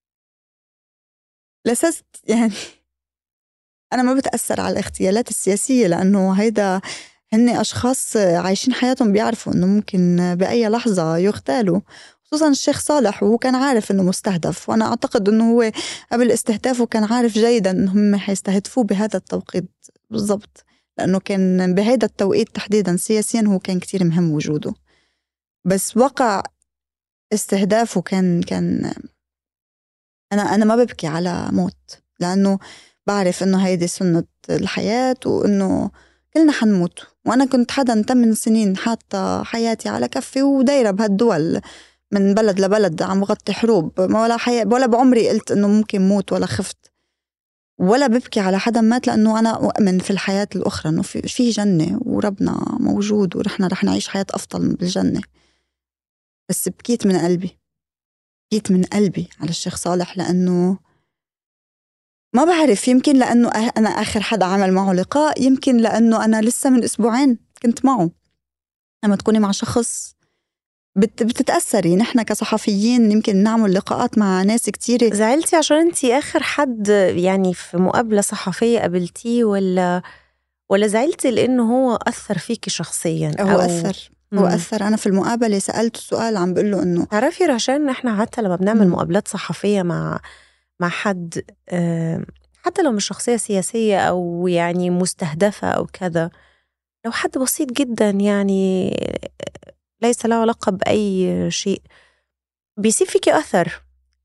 لسست يعني أنا ما بتأثر على الاغتيالات السياسية لأنه هيدا هن أشخاص عايشين حياتهم بيعرفوا إنه ممكن بأي لحظة يغتالوا، خصوصا الشيخ صالح وهو كان عارف إنه مستهدف. وأنا أعتقد إنه هو قبل استهدافه كان عارف جيدا إنهم حيستهدفوه بهذا التوقيت بالضبط، لأنه كان بهذا التوقيت تحديدا سياسيا هو كان كتير مهم وجوده. بس وقع استهدافه كان كان أنا أنا ما ببكي على موت، لأنه بعرف إنه هيدي سنة الحياة وإنه كلنا حنموت. وأنا كنت حدا ثمان سنين حاطة حياتي على كفي ودايرة بهالدول من بلد لبلد عم بغطي حروب، ما ولا حياة ولا بعمري قلت إنه ممكن موت ولا خفت ولا ببكي على حدا مات، لأنه أنا أؤمن في الحياة الأخرى إنه في فيه جنة وربنا موجود ورحنا رح نعيش حياة أفضل بالجنة. بس بكيت من قلبي، بكيت من قلبي على الشيخ صالح، لأنه ما بعرف، يمكن لأنه أنا آخر حدا عمل معه لقاء، يمكن لأنه أنا لسه من أسبوعين كنت معه. لما تكوني مع شخص بت بتتأثري. نحن كصحفيين يمكن نعمل لقاءات مع ناس كتيرة.
زعلتي عشان أنتي آخر حد يعني في مقابلة صحفية قابلتيه، ولا ولا زعلتي لأنه هو أثر فيكي شخصيا؟
هو
أو
أثر هو أثر. أنا في المقابلة سألته السؤال عم بقول له إنه
تعرفي رشان، إحنا حتى لما بنعمل
مم.
مقابلات صحفية مع مع حد، حتى لو مش شخصية سياسية أو يعني مستهدفة أو كذا، لو حد بسيط جدا يعني ليس له علاقة بأي شيء، بيسيب فيكي أثر.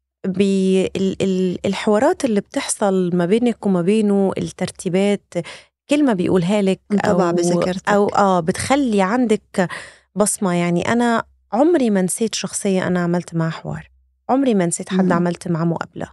بالحوارات اللي بتحصل ما بينك وما بينه، الترتيبات، كلمة بيقولها لك
انطبع
أو
بذاكرتك
أو آه بتخلي عندك بصمة. يعني أنا عمري ما نسيت شخصية أنا عملت معها حوار، عمري ما نسيت حد
مم.
عملت معه مقابلة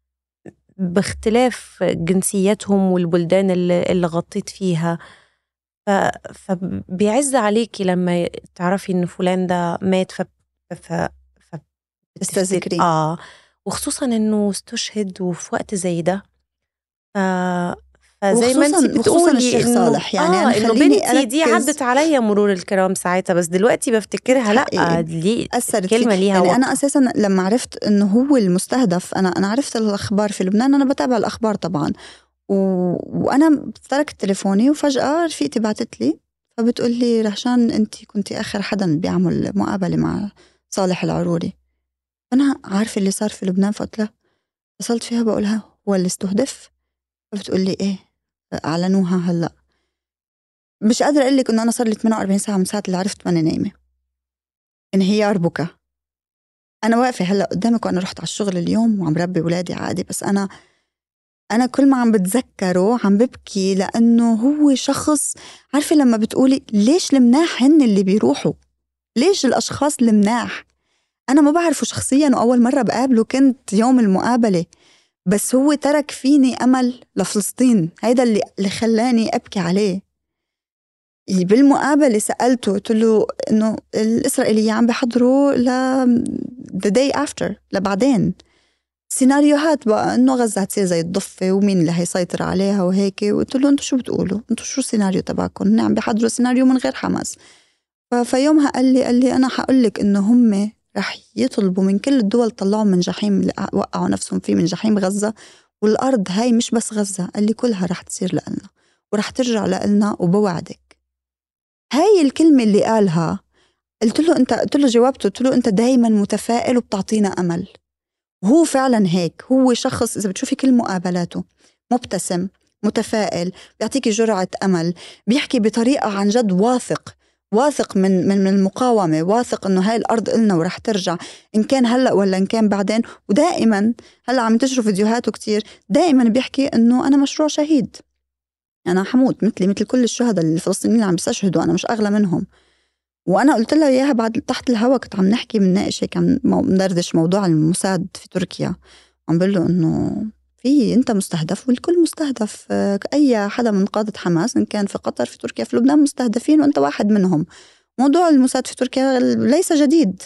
باختلاف جنسياتهم والبلدان اللي, اللي غطيت فيها. ف... فبيعز عليكي لما تعرفي إن فلان ده مات، ف... ف... ف...
تستذكرين.
آه وخصوصا إنه استشهد وفي وقت زي ده. ف... فزي ما انتي
وخصوصا الشيخ
بتقولي إنه
صالح، يعني
آه
أنا
إنه
خليني
بنتي دي
أركز.
عدت عليا مرور الكرام ساعتها، بس دلوقتي بفتكرها لأ دي
أثرت
كلمة
فيه.
ليها
يعني
وقع.
أنا أساسا لما عرفت إنه هو المستهدف، أنا أنا عرفت الأخبار في لبنان، أنا بتابع الأخبار طبعا، و... وأنا تركت تليفوني وفجأة رفيقتي بعتت لي فبتقول لي رهشان أنت كنتي آخر حدا بيعمل مقابلة مع صالح العروري. أنا عارفة اللي صار في لبنان، فقلت لها اتصلت فيها بقولها هو اللي استهدف؟ فبتقول لي إيه أعلنوها هلأ. مش قادرة أقول لك إنه أنا صار لي ثمانية وأربعين ساعة من ساعة اللي عرفت وأنا نايمة، انهيار بكى. أنا واقفة هلأ قدامك وأنا رحت على الشغل اليوم وعم ربي ولادي عادي، بس أنا أنا كل ما عم بتذكره عم ببكي، لأنه هو شخص. عارفة لما بتقولي ليش المناح هن اللي بيروحوا، ليش الأشخاص المناح؟ أنا ما بعرفه شخصيا وأول مرة بقابله كنت يوم المقابلة، بس هو ترك فيني أمل لفلسطين. هيدا اللي, اللي خلاني أبكي عليه. بالمقابلة سألته قلت له إنه الإسرائيلية عم بيحضروا ل the day after لبعدين سيناريوهات بقى إنه غزة هتصير زي الضفة ومين اللي هيسيطر عليها وهيك. وقلت له أنتوا شو بتقولوا؟ أنتوا شو السيناريو تبعكم؟ عم بيحضروا سيناريو من غير حماس. فيومها قال لي قال لي أنا حقولك إنه هم رح يطلبوا من كل الدول طلعوا من جحيم اللي وقعوا نفسهم فيه، من جحيم غزة. والأرض هاي مش بس غزة، قال لي كلها رح تصير لنا ورح ترجع لنا، وبوعدك. هاي الكلمة اللي قالها قلت له أنت، قلت له جوابته قلت له أنت دايما متفائل وبتعطينا أمل. وهو فعلا هيك، هو شخص إذا بتشوفي كل مقابلاته مبتسم متفائل، بيعطيكي جرعة أمل، بيحكي بطريقة عن جد واثق واثق من من المقاومة، واثق إنه هاي الأرض إلنا ورح ترجع، إن كان هلأ ولا إن كان بعدين. ودائما هلأ عم تشوفوا فيديوهاته كتير، دائما بيحكي إنه أنا مشروع شهيد، أنا حموت مثلي مثل كل الشهداء الفلسطينيين اللي عم بيستشهدوا، أنا مش أغلى منهم. وأنا قلت لها إياها بعد تحت الهوا، كنت عم نحكي من ناقش هيك عم ندردش موضوع الموساد في تركيا، عم بقول له إنه في أنت مستهدف والكل مستهدف، أي حدا من قادة حماس إن كان في قطر في تركيا في لبنان مستهدفين وأنت واحد منهم. موضوع الموساد في تركيا ليس جديد.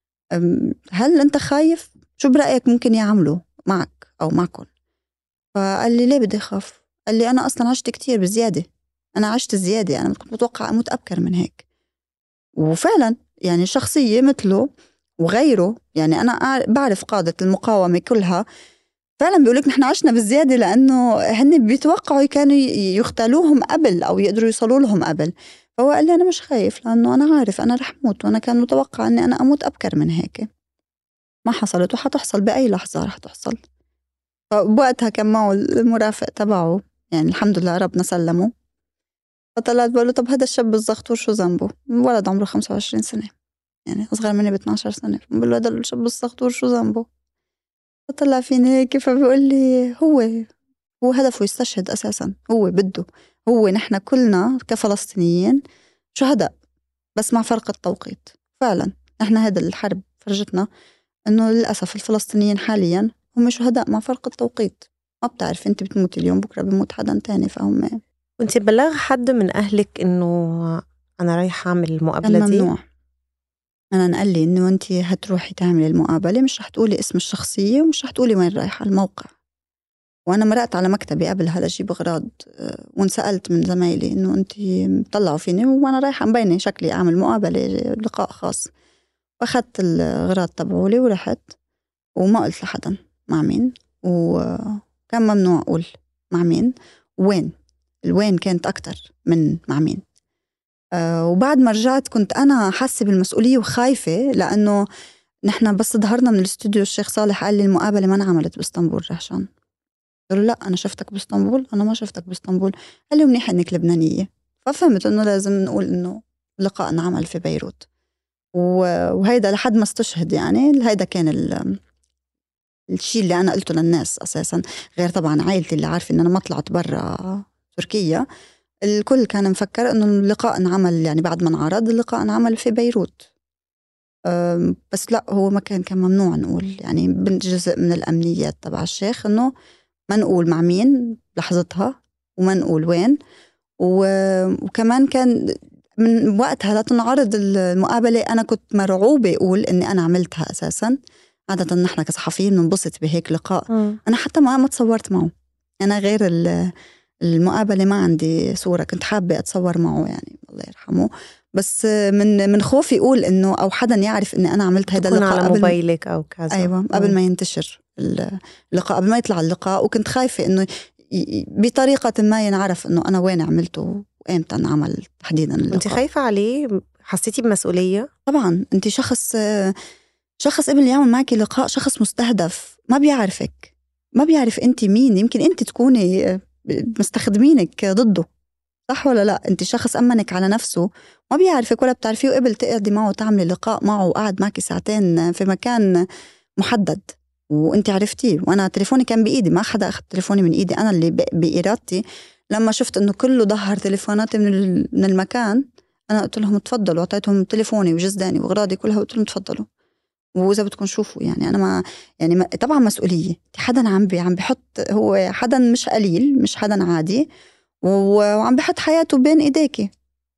هل أنت خايف؟ شو برأيك ممكن يعملوا معك أو معكم؟ فقال لي ليه بدي أخاف؟ قال لي أنا أصلا عشت كتير بزيادة، أنا عشت زيادة، أنا كنت متوقع أموت أبكر من هيك. وفعلا يعني شخصية مثله وغيره، يعني أنا بعرف قادة المقاومة كلها فعلا بيقولك نحن عشنا بالزيادة، لأنه هن بيتوقعوا كانوا يختالوهم قبل أو يقدروا يوصلوا لهم قبل. فهو قال لي أنا مش خايف لأنه أنا عارف أنا رح موت، وأنا كان متوقع أني أنا أموت أبكر من هيك. ما حصلت وحتحصل بأي لحظة رح تحصل. فوقتها كان معه المرافق تبعه، يعني الحمد لله ربنا سلمه. فطلعت بقول له طب هذا الشاب الزغطور شو ذنبه؟ ولد عمره خمسة وعشرين سنة، يعني أصغر مني ب اثني عشر سنة. بقول له هذا الشاب الزغطور شو ذنبه؟ فطلع فيني هيك فبيقول لي هو هو هدفه يستشهد أساسا، هو بده، هو نحن كلنا كفلسطينيين شهداء بس مع فرق التوقيت. فعلا نحن هذا الحرب فرجتنا إنه للأسف الفلسطينيين حاليا هم شهداء مع فرق التوقيت. ما بتعرف أنت بتموت اليوم بكرة بموت حدا تاني. فهم
وانت بلغ حد من أهلك إنه أنا رايحة أعمل المقابلة
كان
دي؟
ممنوع. أنا نقل لي إنه أنت هتروحي تعملي المقابلة، مش رح تقولي اسم الشخصية ومش رح تقولي وين رايحة الموقع. وأنا مرقت على مكتبي قبل هذا أجيب أغراض، وانسألت من زمايلي إنه أنت طلعوا فيني وأنا رايحة مبينة شكلي أعمل مقابلة لقاء خاص. فأخذت الأغراض تبعولي ورحت وما قلت لحدا مع مين، وكان ممنوع أقول مع مين وين. الوين كانت أكتر من مع مين. أه وبعد ما رجعت كنت أنا حاسة بالمسؤولية وخايفة، لأنه نحن بس ظهرنا من الاستوديو الشيخ صالح قال لي المقابلة ما انعملت باسطنبول رهشان. قلت له لا أنا شفتك باسطنبول. أنا ما شفتك باسطنبول. قال لي منيح إنك لبنانية. ففهمت إنه لازم نقول إنه لقاء انعمل في بيروت، وهيدا لحد ما استشهد. يعني هيدا كان الشيء اللي أنا قلته للناس أساسا، غير طبعا عائلتي اللي عارفة إن أنا ما طلعت برا تركيا. الكل كان مفكر إنه اللقاء انعمل، يعني بعد ما انعرض اللقاء انعمل في بيروت. بس لا، هو ما كان كان ممنوع نقول، يعني من جزء من الأمنيات تبع الشيخ إنه ما نقول مع مين لحظتها وما نقول وين. وكمان كان من وقتها لا تنعرض المقابلة أنا كنت مرعوبة أقول إني أنا عملتها أساسا. عادة نحن كصحفيين ننبسط بهيك لقاء. م. أنا حتى ما ما تصورت معه. أنا غير المقابلة ما عندي صورة كنت حابة أتصور معه، يعني الله يرحمه. بس من من خوفي أقول إنه أو حدا يعرف إني أنا عملت هذا اللقاء
على
قبل
موبايلك أو كذا.
أيوة قبل ما ينتشر اللقاء، قبل ما يطلع اللقاء. وكنت خايفة إنه بطريقة ما ينعرف إنه أنا وين عملته وإمتى انعمل تحديدا اللقاء.
أنت خايفة عليه؟ حسيتي بمسؤولية؟
طبعا أنت شخص شخص قبل يعمل معك لقاء، شخص مستهدف ما بيعرفك، ما بيعرف أنت مين. يمكن أنت تكوني مستخدمينك ضده، صح ولا لا؟ أنت شخص أمنك على نفسه ما بيعرفك ولا بتعرفيه، وقبل تقعدي معه وتعملي لقاء معه وقعد معك ساعتين في مكان محدد وأنت عرفتيه. وأنا تليفوني كان بإيدي، ما حدا أخذ تليفوني من إيدي، أنا اللي بإرادتي لما شفت إنه كله ظهر تليفوناتي من من المكان أنا قلت لهم تفضلوا. أعطيتهم تليفوني وجزداني وأغراضي كلها وقلت لهم تفضلوا وإذا بدكم شوفوا. يعني أنا ما يعني ما طبعا مسؤولية. حدا عم بي عم بيحط، هو حدا مش قليل، مش حدا عادي، وعم بيحط حياته بين إيديك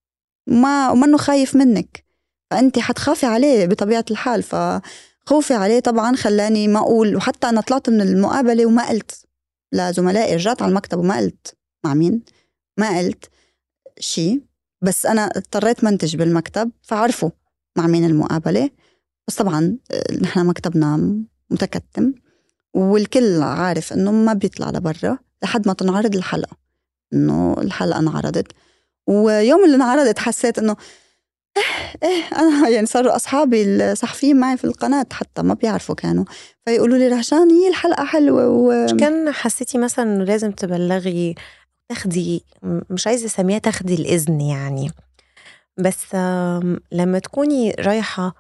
ما ومنه خايف منك، فأنت حتخافي عليه بطبيعة الحال. فخوفي عليه طبعا خلاني ما أقول. وحتى أنا طلعت من المقابلة وما قلت لزملائي، رجعت على المكتب وما قلت مع مين، ما قلت شيء. بس أنا اضطريت منتج بالمكتب فعرفوا مع مين المقابلة. بس طبعا نحن مكتبنا متكتم والكل عارف انه ما بيطلع لبرا لحد ما تنعرض الحلقة. انه الحلقة انعرضت، ويوم اللي انعرضت حسيت انه إيه, إيه أنا يعني صاروا أصحابي الصحفيين معي في القناة حتى ما بيعرفوا كانوا فيقولوا لي رهشان هي الحلقة حلوة. و...
كان حسيتي مثلا إنه لازم تبلغي تاخدي، مش عايزة أسميها تاخدي الإذن يعني، بس لما تكوني رايحة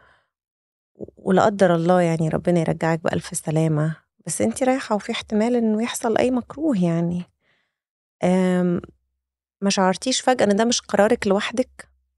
ولا قدر الله يعني ربنا يرجعك بألف سلامة، بس انتي رايحة وفي احتمال إنه يحصل أي مكروه، يعني ما شعرتيش فجأة إن ده مش قرارك لوحدك؟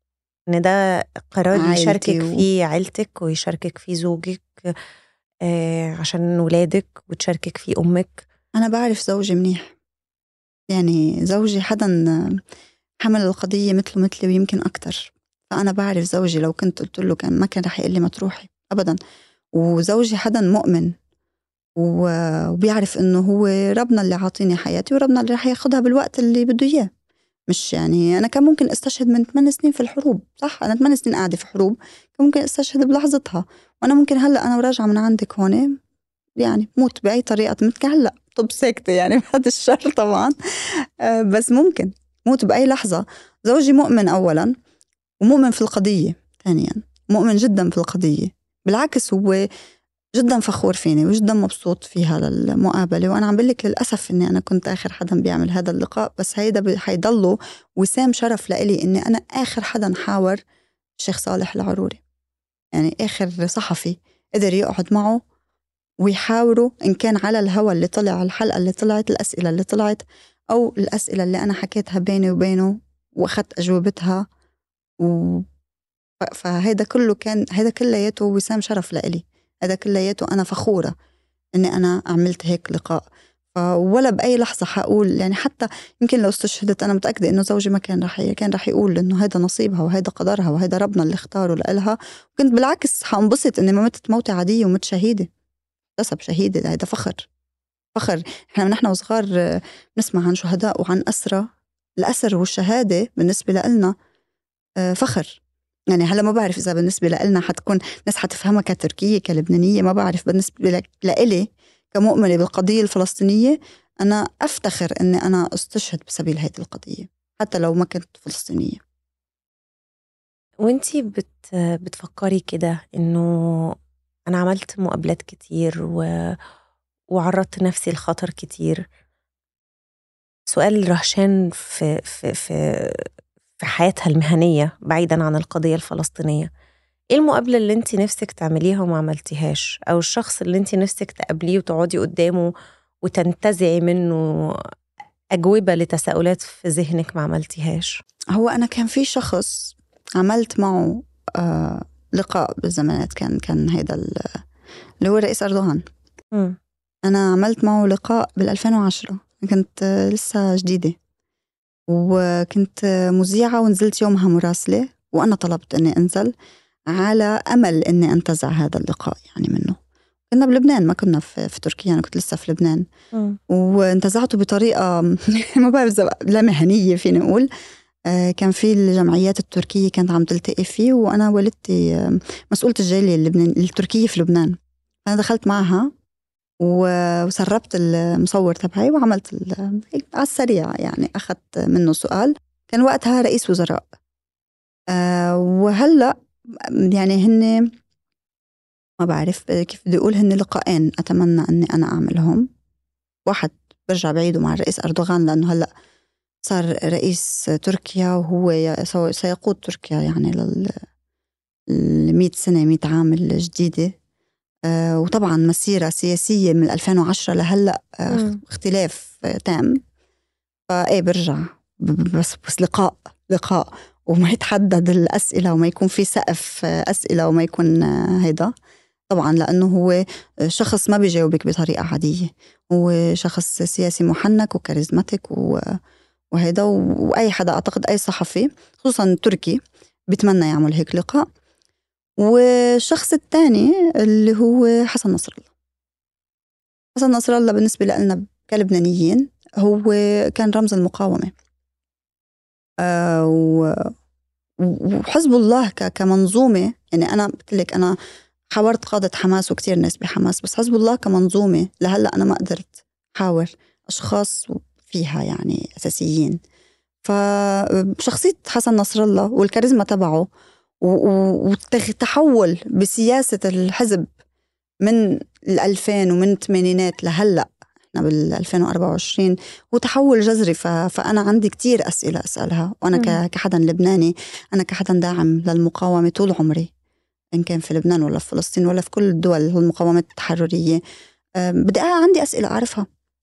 إن ده قرار
عائلتي
يشاركك
و-
فيه عيلتك ويشاركك فيه زوجك، آه، عشان ولادك، وتشاركك فيه أمك.
أنا بعرف زوجي منيح، يعني زوجي حدا حمل القضية مثله مثلي ويمكن أكتر. فأنا بعرف زوجي لو كنت قلت له كان ما كان رح يقول لي ما تروحي أبدا. وزوجي حدا مؤمن و- وبيعرف إنه هو ربنا اللي عاطيني حياتي وربنا اللي رح ياخدها بالوقت اللي بده إياه. مش يعني أنا كان ممكن استشهد من ثمان سنين في الحروب، صح؟ أنا ثمان سنين قاعدة في حروب، كان ممكن استشهد بلحظتها. وأنا ممكن هلأ أنا وراجعة من عندك هون يعني موت بأي طريقة، ممكن هلأ طب ساكتة يعني بعد الشر طبعا. آه، بس ممكن موت بأي لحظة. زوجي مؤمن أولا، ومؤمن في القضية ثانيا، مؤمن جدا في القضية. بالعكس هو جدا فخور فيني وجدا مبسوط فيها للمقابلة. وأنا عم بقلك للأسف إني أنا كنت آخر حدا بيعمل هذا اللقاء، بس هيدا ب- حيضله وسام شرف لإلي إني أنا آخر حدا حاور الشيخ صالح العروري، يعني آخر صحفي قدر يقعد معه ويحاوروا إن كان على الهوى اللي طلع، الحلقة اللي طلعت، الأسئلة اللي طلعت، أو الأسئلة اللي أنا حكيتها بيني وبينه وأخذت أجوبتها. و... ف- فهيدا كله كان، هيدا كلياته وسام شرف لإلي، هيدا كلياته أنا فخورة إني أنا عملت هيك لقاء. ف- ولا بأي لحظة حقول يعني، حتى يمكن لو استشهدت أنا متأكدة إنه زوجي ما كان رح ي- كان رح يقول إنه هيدا نصيبها وهيدا قدرها وهيدا ربنا اللي اختاره لإلها. كنت بالعكس حانبسط إني ما متت موتة عادية ومت شهيدة، حسب شهيدة، هيدا فخر. فخر. احنا من احنا وصغار آه، نسمع عن شهداء وعن أسرى. الأسر والشهادة بالنسبة لنا فخر. يعني هلا ما بعرف إذا بالنسبة لنا حتكون ناس حتفهمها كتركية كلبنانية، ما بعرف. بالنسبة لك لإلي كمؤمنة بالقضية الفلسطينية، أنا أفتخر أني أنا استشهد بسبيل هذه القضية حتى لو ما كنت فلسطينية.
وانتي بت بتفكري كده إنه أنا عملت مقابلات كتير و... وعرضت نفسي لخطر كتير. سؤال رهشان في في في في حياتها المهنية بعيدا عن القضية الفلسطينية، ايه المقابلة اللي انت نفسك تعمليها وما عملتيهاش، او الشخص اللي انت نفسك تقابليه وتقعدي قدامه وتنتزعي منه أجوبة لتساؤلات في ذهنك ما عملتيهاش؟
هو أنا كان في شخص عملت معه آه لقاء بالزمانات، كان كان هيدا اللي هو الرئيس أردوغان.
م.
أنا عملت معه لقاء بالألفين وعشرة، كنت آه لسه جديدة وكنت مذيعة، ونزلت يومها مراسلة، وأنا طلبت أني أنزل على أمل أني أنتزع هذا اللقاء يعني منه. كنا بلبنان، ما كنا في, في تركيا، أنا كنت لسه في لبنان.
م.
وانتزعته بطريقة ما بعرف لا مهنية فيني أقول. آه كان في الجمعيات التركية كانت عم تلتقي فيه، وأنا والدتي آه مسؤولة الجالية اللبنان التركية في لبنان. أنا دخلت معها وسربت المصور تبعي وعملت على السريع، يعني أخذت منه سؤال. كان وقتها رئيس وزراء. أه وهلأ يعني هن ما بعرف كيف بدي أقول، هن لقاءين أتمنى أني أنا أعملهم. واحد برجع بعيده مع الرئيس أردوغان، لأنه هلأ صار رئيس تركيا وهو سيقود تركيا يعني لل المئة سنة، مئة عام الجديدة. آه وطبعا مسيرة سياسية من ألفين وعشرة لهلأ آه اختلاف آه تام. فايه برجع بس بس لقاء لقاء وما يتحدد الأسئلة وما يكون في سقف آه أسئلة وما يكون آه هيدا. طبعا لأنه هو شخص ما بيجاوبك بطريقة عادية، هو شخص سياسي محنك وكاريزماتيك وهيدا. وأي حدا أعتقد أي صحفي خصوصا تركي بيتمنى يعمل هيك لقاء. والشخص الثاني اللي هو حسن نصر الله. حسن نصر الله بالنسبة لنا كلبنانيين هو كان رمز المقاومة. آه وحزب الله كمنظومة، يعني أنا قلت أنا حاورت قادة حماس وكتير ناس بحماس، بس حزب الله كمنظومة لهلأ أنا ما قدرت حاور أشخاص فيها يعني أساسيين. فشخصية حسن نصر الله والكاريزما تبعه والتحول بسياسة الحزب من الألفين ومن الثمانينات لهلأ احنا بالألفين وأربعة وعشرين هو تحول جذري. فأنا عندي كتير أسئلة أسألها، وأنا كحدا لبناني، أنا كحدا داعم للمقاومة طول عمري، إن كان في لبنان ولا في فلسطين ولا في كل الدول المقاومة التحررية. بدي عندي أسئلة أعرفها.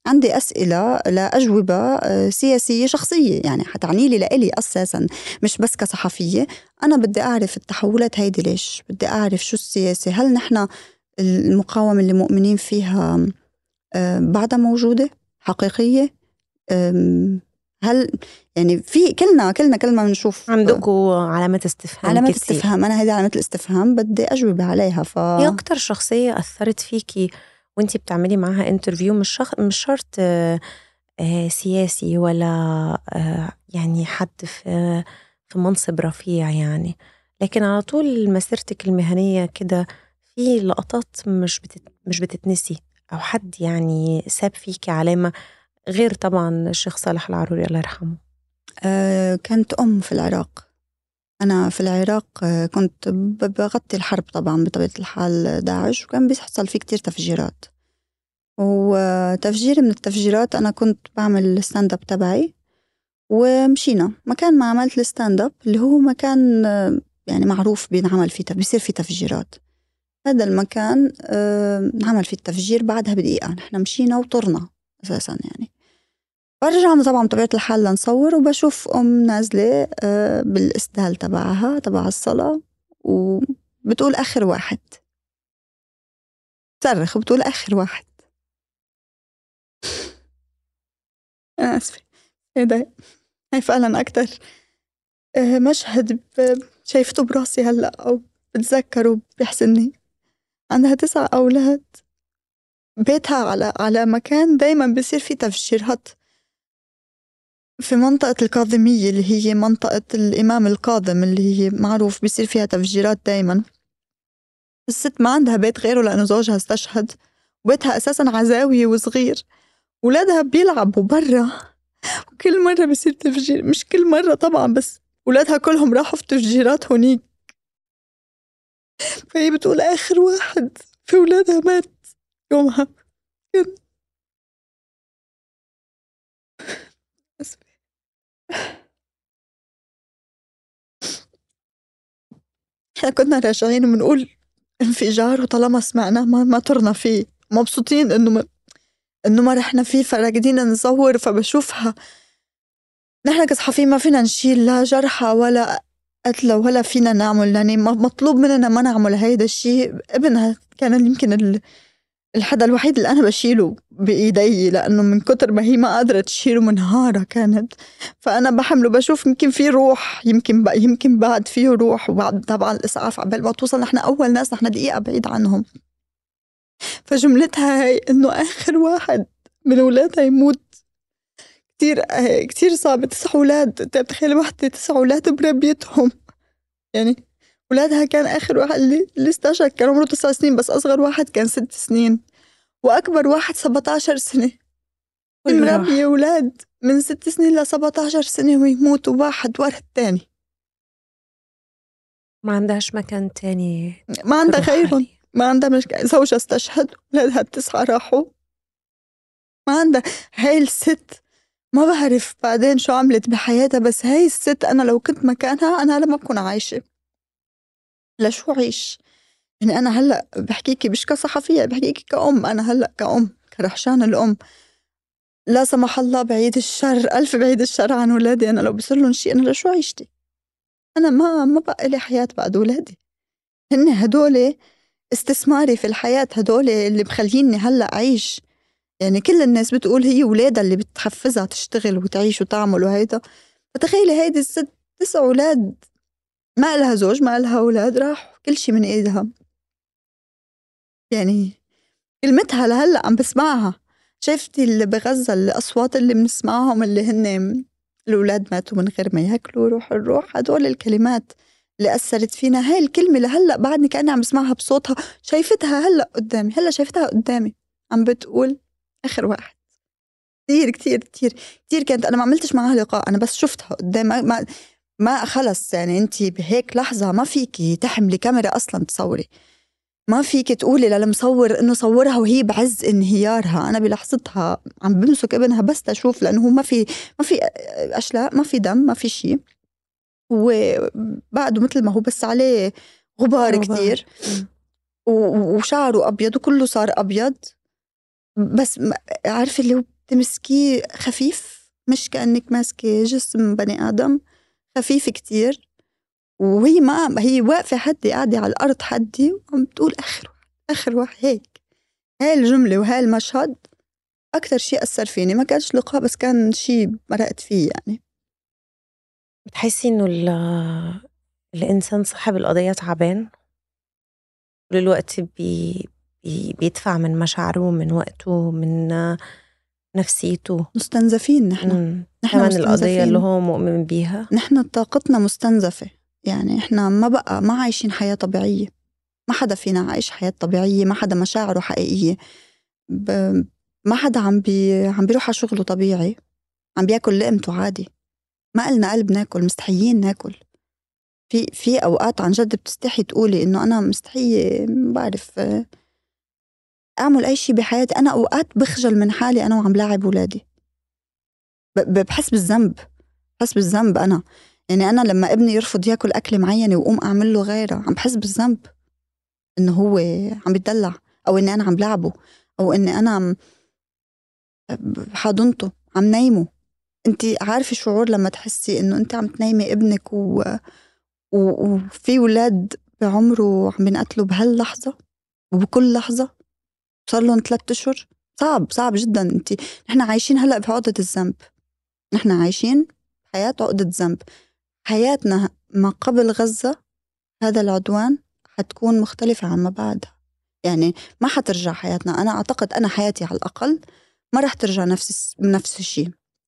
عندي أسئلة لأجوبة سياسية شخصية، يعني حتعني لي لإلي أساسا مش بس كصحفية. أنا بدي أعرف التحولات هيدي ليش، بدي أعرف شو السياسة، هل نحن المقاومة اللي مؤمنين فيها بعدها موجودة حقيقية، هل يعني في كلنا كلنا كل ما بنشوف
عندكم علامات استفهام
علامات
كتير.
استفهام، أنا هيدي علامات الاستفهام بدي أجوب عليها. ف
هي أكتر شخصية أثرت فيكي وانتي بتعملي معها انترفيو، مش شخ... مش شرط آه آه سياسي ولا آه يعني حد في في منصب رفيع يعني، لكن على طول مسيرتك المهنية كده في لقطات مش بتت... مش بتتنسي، أو حد يعني ساب فيكي علامة، غير طبعا الشيخ صالح العروري الله يرحمه.
آه كانت أم في العراق. أنا في العراق كنت بغطي الحرب طبعا بطبيعة الحال داعش، وكان بيحصل فيه كتير تفجيرات، وتفجير من التفجيرات أنا كنت بعمل الستاند اب تبعي، ومشينا مكان ما عملت الستاند اب اللي هو مكان يعني معروف بينعمل فيه بيصير فيه تفجيرات. هذا المكان نعمل فيه التفجير بعدها بدقيقة نحن مشينا وطرنا أساسا يعني. برجعنا طبعا بطبيعة الحال لنصور، وبشوف أم نازلة بالإسدال تبعها تبع الصلاة، وبتقول آخر واحد، تصرخ وبتقول آخر واحد. أنا أسفة، هيدا هاي فعلا أكتر مشهد شايفته براسي هلأ أو بتذكره بيحسني. عندها تسع أولاد، بيتها على على مكان دايما بيصير فيه تفجيرات في منطقة الكاظمية اللي هي منطقة الإمام الكاظم اللي هي معروف بيصير فيها تفجيرات دايما. الست ما عندها بيت غيره لأنه زوجها استشهد، وبيتها أساسا عزاوية وصغير، ولادها بيلعبوا برا وكل مرة بيصير تفجير، مش كل مرة طبعا بس ولادها كلهم راحوا في تفجيرات هونيك. فهي بتقول آخر واحد في ولادها مات يومها. كان احنا كنا راجعين وبنقول انفجار، وطالما سمعنا ما ما طرنا فيه، مبسوطين انه ما انه ما رحنا فيه، فراقدين نصور. فبشوفها نحن كصحفيين ما فينا نشيل لا جرحى ولا قتلى ولا فينا نعمل، يعني مطلوب مننا ما نعمل هيدا الشيء. ابنها كان يمكن الحدا الوحيد اللي أنا بشيله بإيدي، لأنه من كتر ما هي ما قادرة تشيله منهارة كانت، فأنا بحمله بشوف يمكن في روح، يمكن بقى يمكن بعد فيه روح. وبعد طبعا الإسعاف عبال ما توصل، نحن أول ناس، نحن دقيقة بعيد عنهم. فجملتها هي إنه آخر واحد من أولادها يموت كتير كتير صعب. تسع أولاد، تتخيل وحدة تسع أولاد بربيتهم، يعني أولادها كان آخر واحد اللي, اللي استشهد كان عمره تسع سنين، بس أصغر واحد كان ست سنين، وأكبر واحد سبعتاشر سنة. مربية أولاد من ست سنين لسبعتاشر سنة ويموتوا واحد ورا التاني.
ما عندهاش مكان تاني،
ما عندها غيرهم، ما عندها مش زوجها استشهد، أولادها التسعة راحوا، ما عندها. هاي الست ما بعرف بعدين شو عملت بحياتها، بس هاي الست أنا لو كنت مكانها أنا لما بكون عايشة، لشو عيش؟ يعني أنا هلأ بحكيكي مش كصحفية، بحكيكي كأم. أنا هلأ كأم كرحشان الأم، لا سمح الله بعيد الشر، ألف بعيد الشر عن ولادي. أنا لو بصير لهم شيء أنا لشو عيشتي؟ أنا ما ما بقى لي حياة بعد ولادي، هن هدول استثماري في الحياة، هدول اللي بخليني هلأ أعيش. يعني كل الناس بتقول هي ولادها اللي بتحفزها تشتغل وتعيش وتعمل وهيدا. فتخيلي هيدي الست تسع أولاد، ما لها زوج ما لها أولاد، راح كل شي من إيدها. يعني كلمتها لهلأ عم بسمعها. شايفتي اللي بغزة الأصوات اللي بنسمعهم اللي هن الأولاد ماتوا من غير ما ياكلوا، روح الروح، هدول الكلمات اللي أثرت فينا. هاي الكلمة لهلأ بعدني كأني عم بسمعها بصوتها، شايفتها هلأ قدامي، هلأ شايفتها قدامي عم بتقول آخر واحد. كتير كتير كتير كتير كانت، أنا ما عملتش معها لقاء، أنا بس شفتها قدامي. ما, ما, ما خلص يعني أنتي بهيك لحظة ما فيكي تحملي كاميرا أصلا تصوري، ما فيك تقولي للمصور إنه صورها وهي بعز انهيارها. أنا بلحظتها عم بمسك ابنها بس تشوف، لأنه ما في ما في أشلاء، ما في دم، ما في شيء، وبعده مثل ما هو بس عليه غبار كتير، وشعره أبيض وكله صار أبيض. بس عارفة اللي هو بتمسكيه خفيف، مش كأنك ماسكة جسم بني آدم، خفيف كتير، وهي ما هي واقفة حدي، قاعدة على الأرض حدي وعم بتقول آخر واحد آخر واحد هيك. هاي الجملة وهاي المشهد أكتر شيء أثر فيني. ما كانش لقاء بس كان شيء مرقت فيه يعني.
بتحسي إنه الإنسان صاحب القضية تعبان طول الوقت، بي بي بيدفع من مشاعره، من وقته، من نفسيته؟
مستنزفين نحن.
مم.
نحن
كمان القضية اللي
مستنزفين،
هو مؤمن بيها.
نحن طاقتنا مستنزفة. يعني إحنا ما بقى ما عايشين حياة طبيعية. ما حدا فينا عايش حياة طبيعية، ما حدا مشاعره حقيقية. ب... ما حدا عم بي... عم بيروح على شغله طبيعي، عم بياكل لقمته عادي. ما قلنا قلب ناكل، مستحيين ناكل. في في أوقات عن جد بتستحي تقولي إنه أنا مستحية ما بعرف أعمل أي شيء بحياتي. أنا أوقات بخجل من حالي أنا وعم لاعب ولادي، ب... بحس بالذنب، بحس بالذنب أنا. يعني أنا لما ابني يرفض ياكل أكل معينة وأقوم أعمل له غيره، عم بحس بالذنب إنه هو عم بيتدلع، أو إني أنا عم لعبه، أو إني أنا حاضنته عم نايمه. انت عارفة شعور لما تحسي انه انت عم تنايمي ابنك و... و... وفي ولاد بعمره عم بينقتلوا بهاللحظة وبكل لحظة، صار لهم ثلاثة اشهر. صعب صعب جدا. انت نحن عايشين هلأ بعقدة الذنب، نحن عايشين حياة عقدة ذنب. حياتنا ما قبل غزة هذا العدوان حتكون مختلفة عن ما بعدها. يعني ما حترجع حياتنا. أنا أعتقد أنا حياتي على الأقل ما رح ترجع نفس نفس الشيء.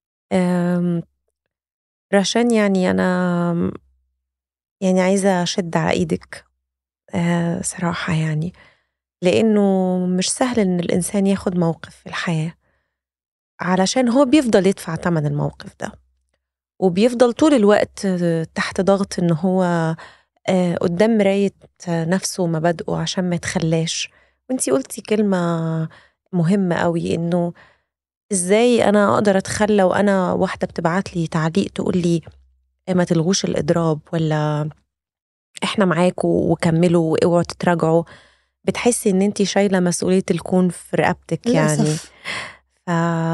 رشان، يعني أنا يعني عايزة أشد على إيدك أه صراحة، يعني لأنه مش سهل إن الإنسان ياخد موقف في الحياة، علشان هو بيفضل يدفع ثمن الموقف ده، وبيفضل طول الوقت تحت ضغط إنه هو أه قدام مراية نفسه ومبادئه عشان ما يتخلاش. وانتي قلتي كلمة مهمة قوي، إنه إزاي أنا أقدر أتخلى وأنا واحدة بتبعت لي تعليق تقول لي ما تلغوش الإضراب، ولا إحنا معاكوا وكملوا واوعوا تتراجعوا. بتحسي إن أنتي شايلة مسؤولية الكون في رقبتك يعني.
للأسف.
ف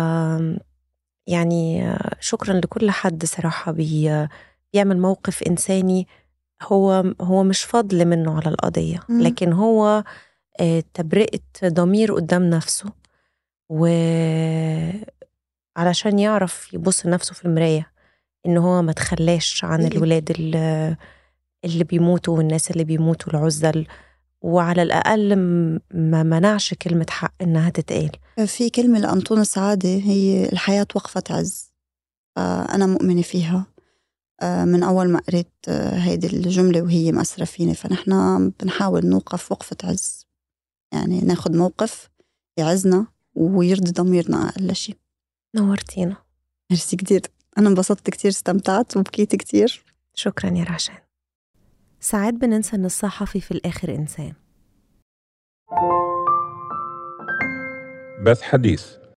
يعني شكرا لكل حد صراحة بي... بيعمل موقف إنساني. هو هو مش فضل منه على القضية،
مم.
لكن هو تبرئة ضمير قدام نفسه، وعلشان يعرف يبص نفسه في المراية إن هو ما تخلاش عن الولاد اللي, اللي بيموتوا والناس اللي بيموتوا العزل، وعلى الأقل ما منعش كلمة حق إنها تتقال.
في كلمة لأنطون السعادة، هي الحياة وقفة عز. أنا مؤمنة فيها من أول ما قريت هيدي الجملة وهي مأثرة فيني. فنحن بنحاول نوقف وقفة عز، يعني ناخد موقف يعزنا ويرضي ضميرنا أقل شيء.
نورتينا.
ميرسي كتير، أنا انبسطت كتير، استمتعت وبكيت كتير.
شكرا يا رشان. ساعات بننسى إن الصحفي في الآخر إنسان.
بث حديث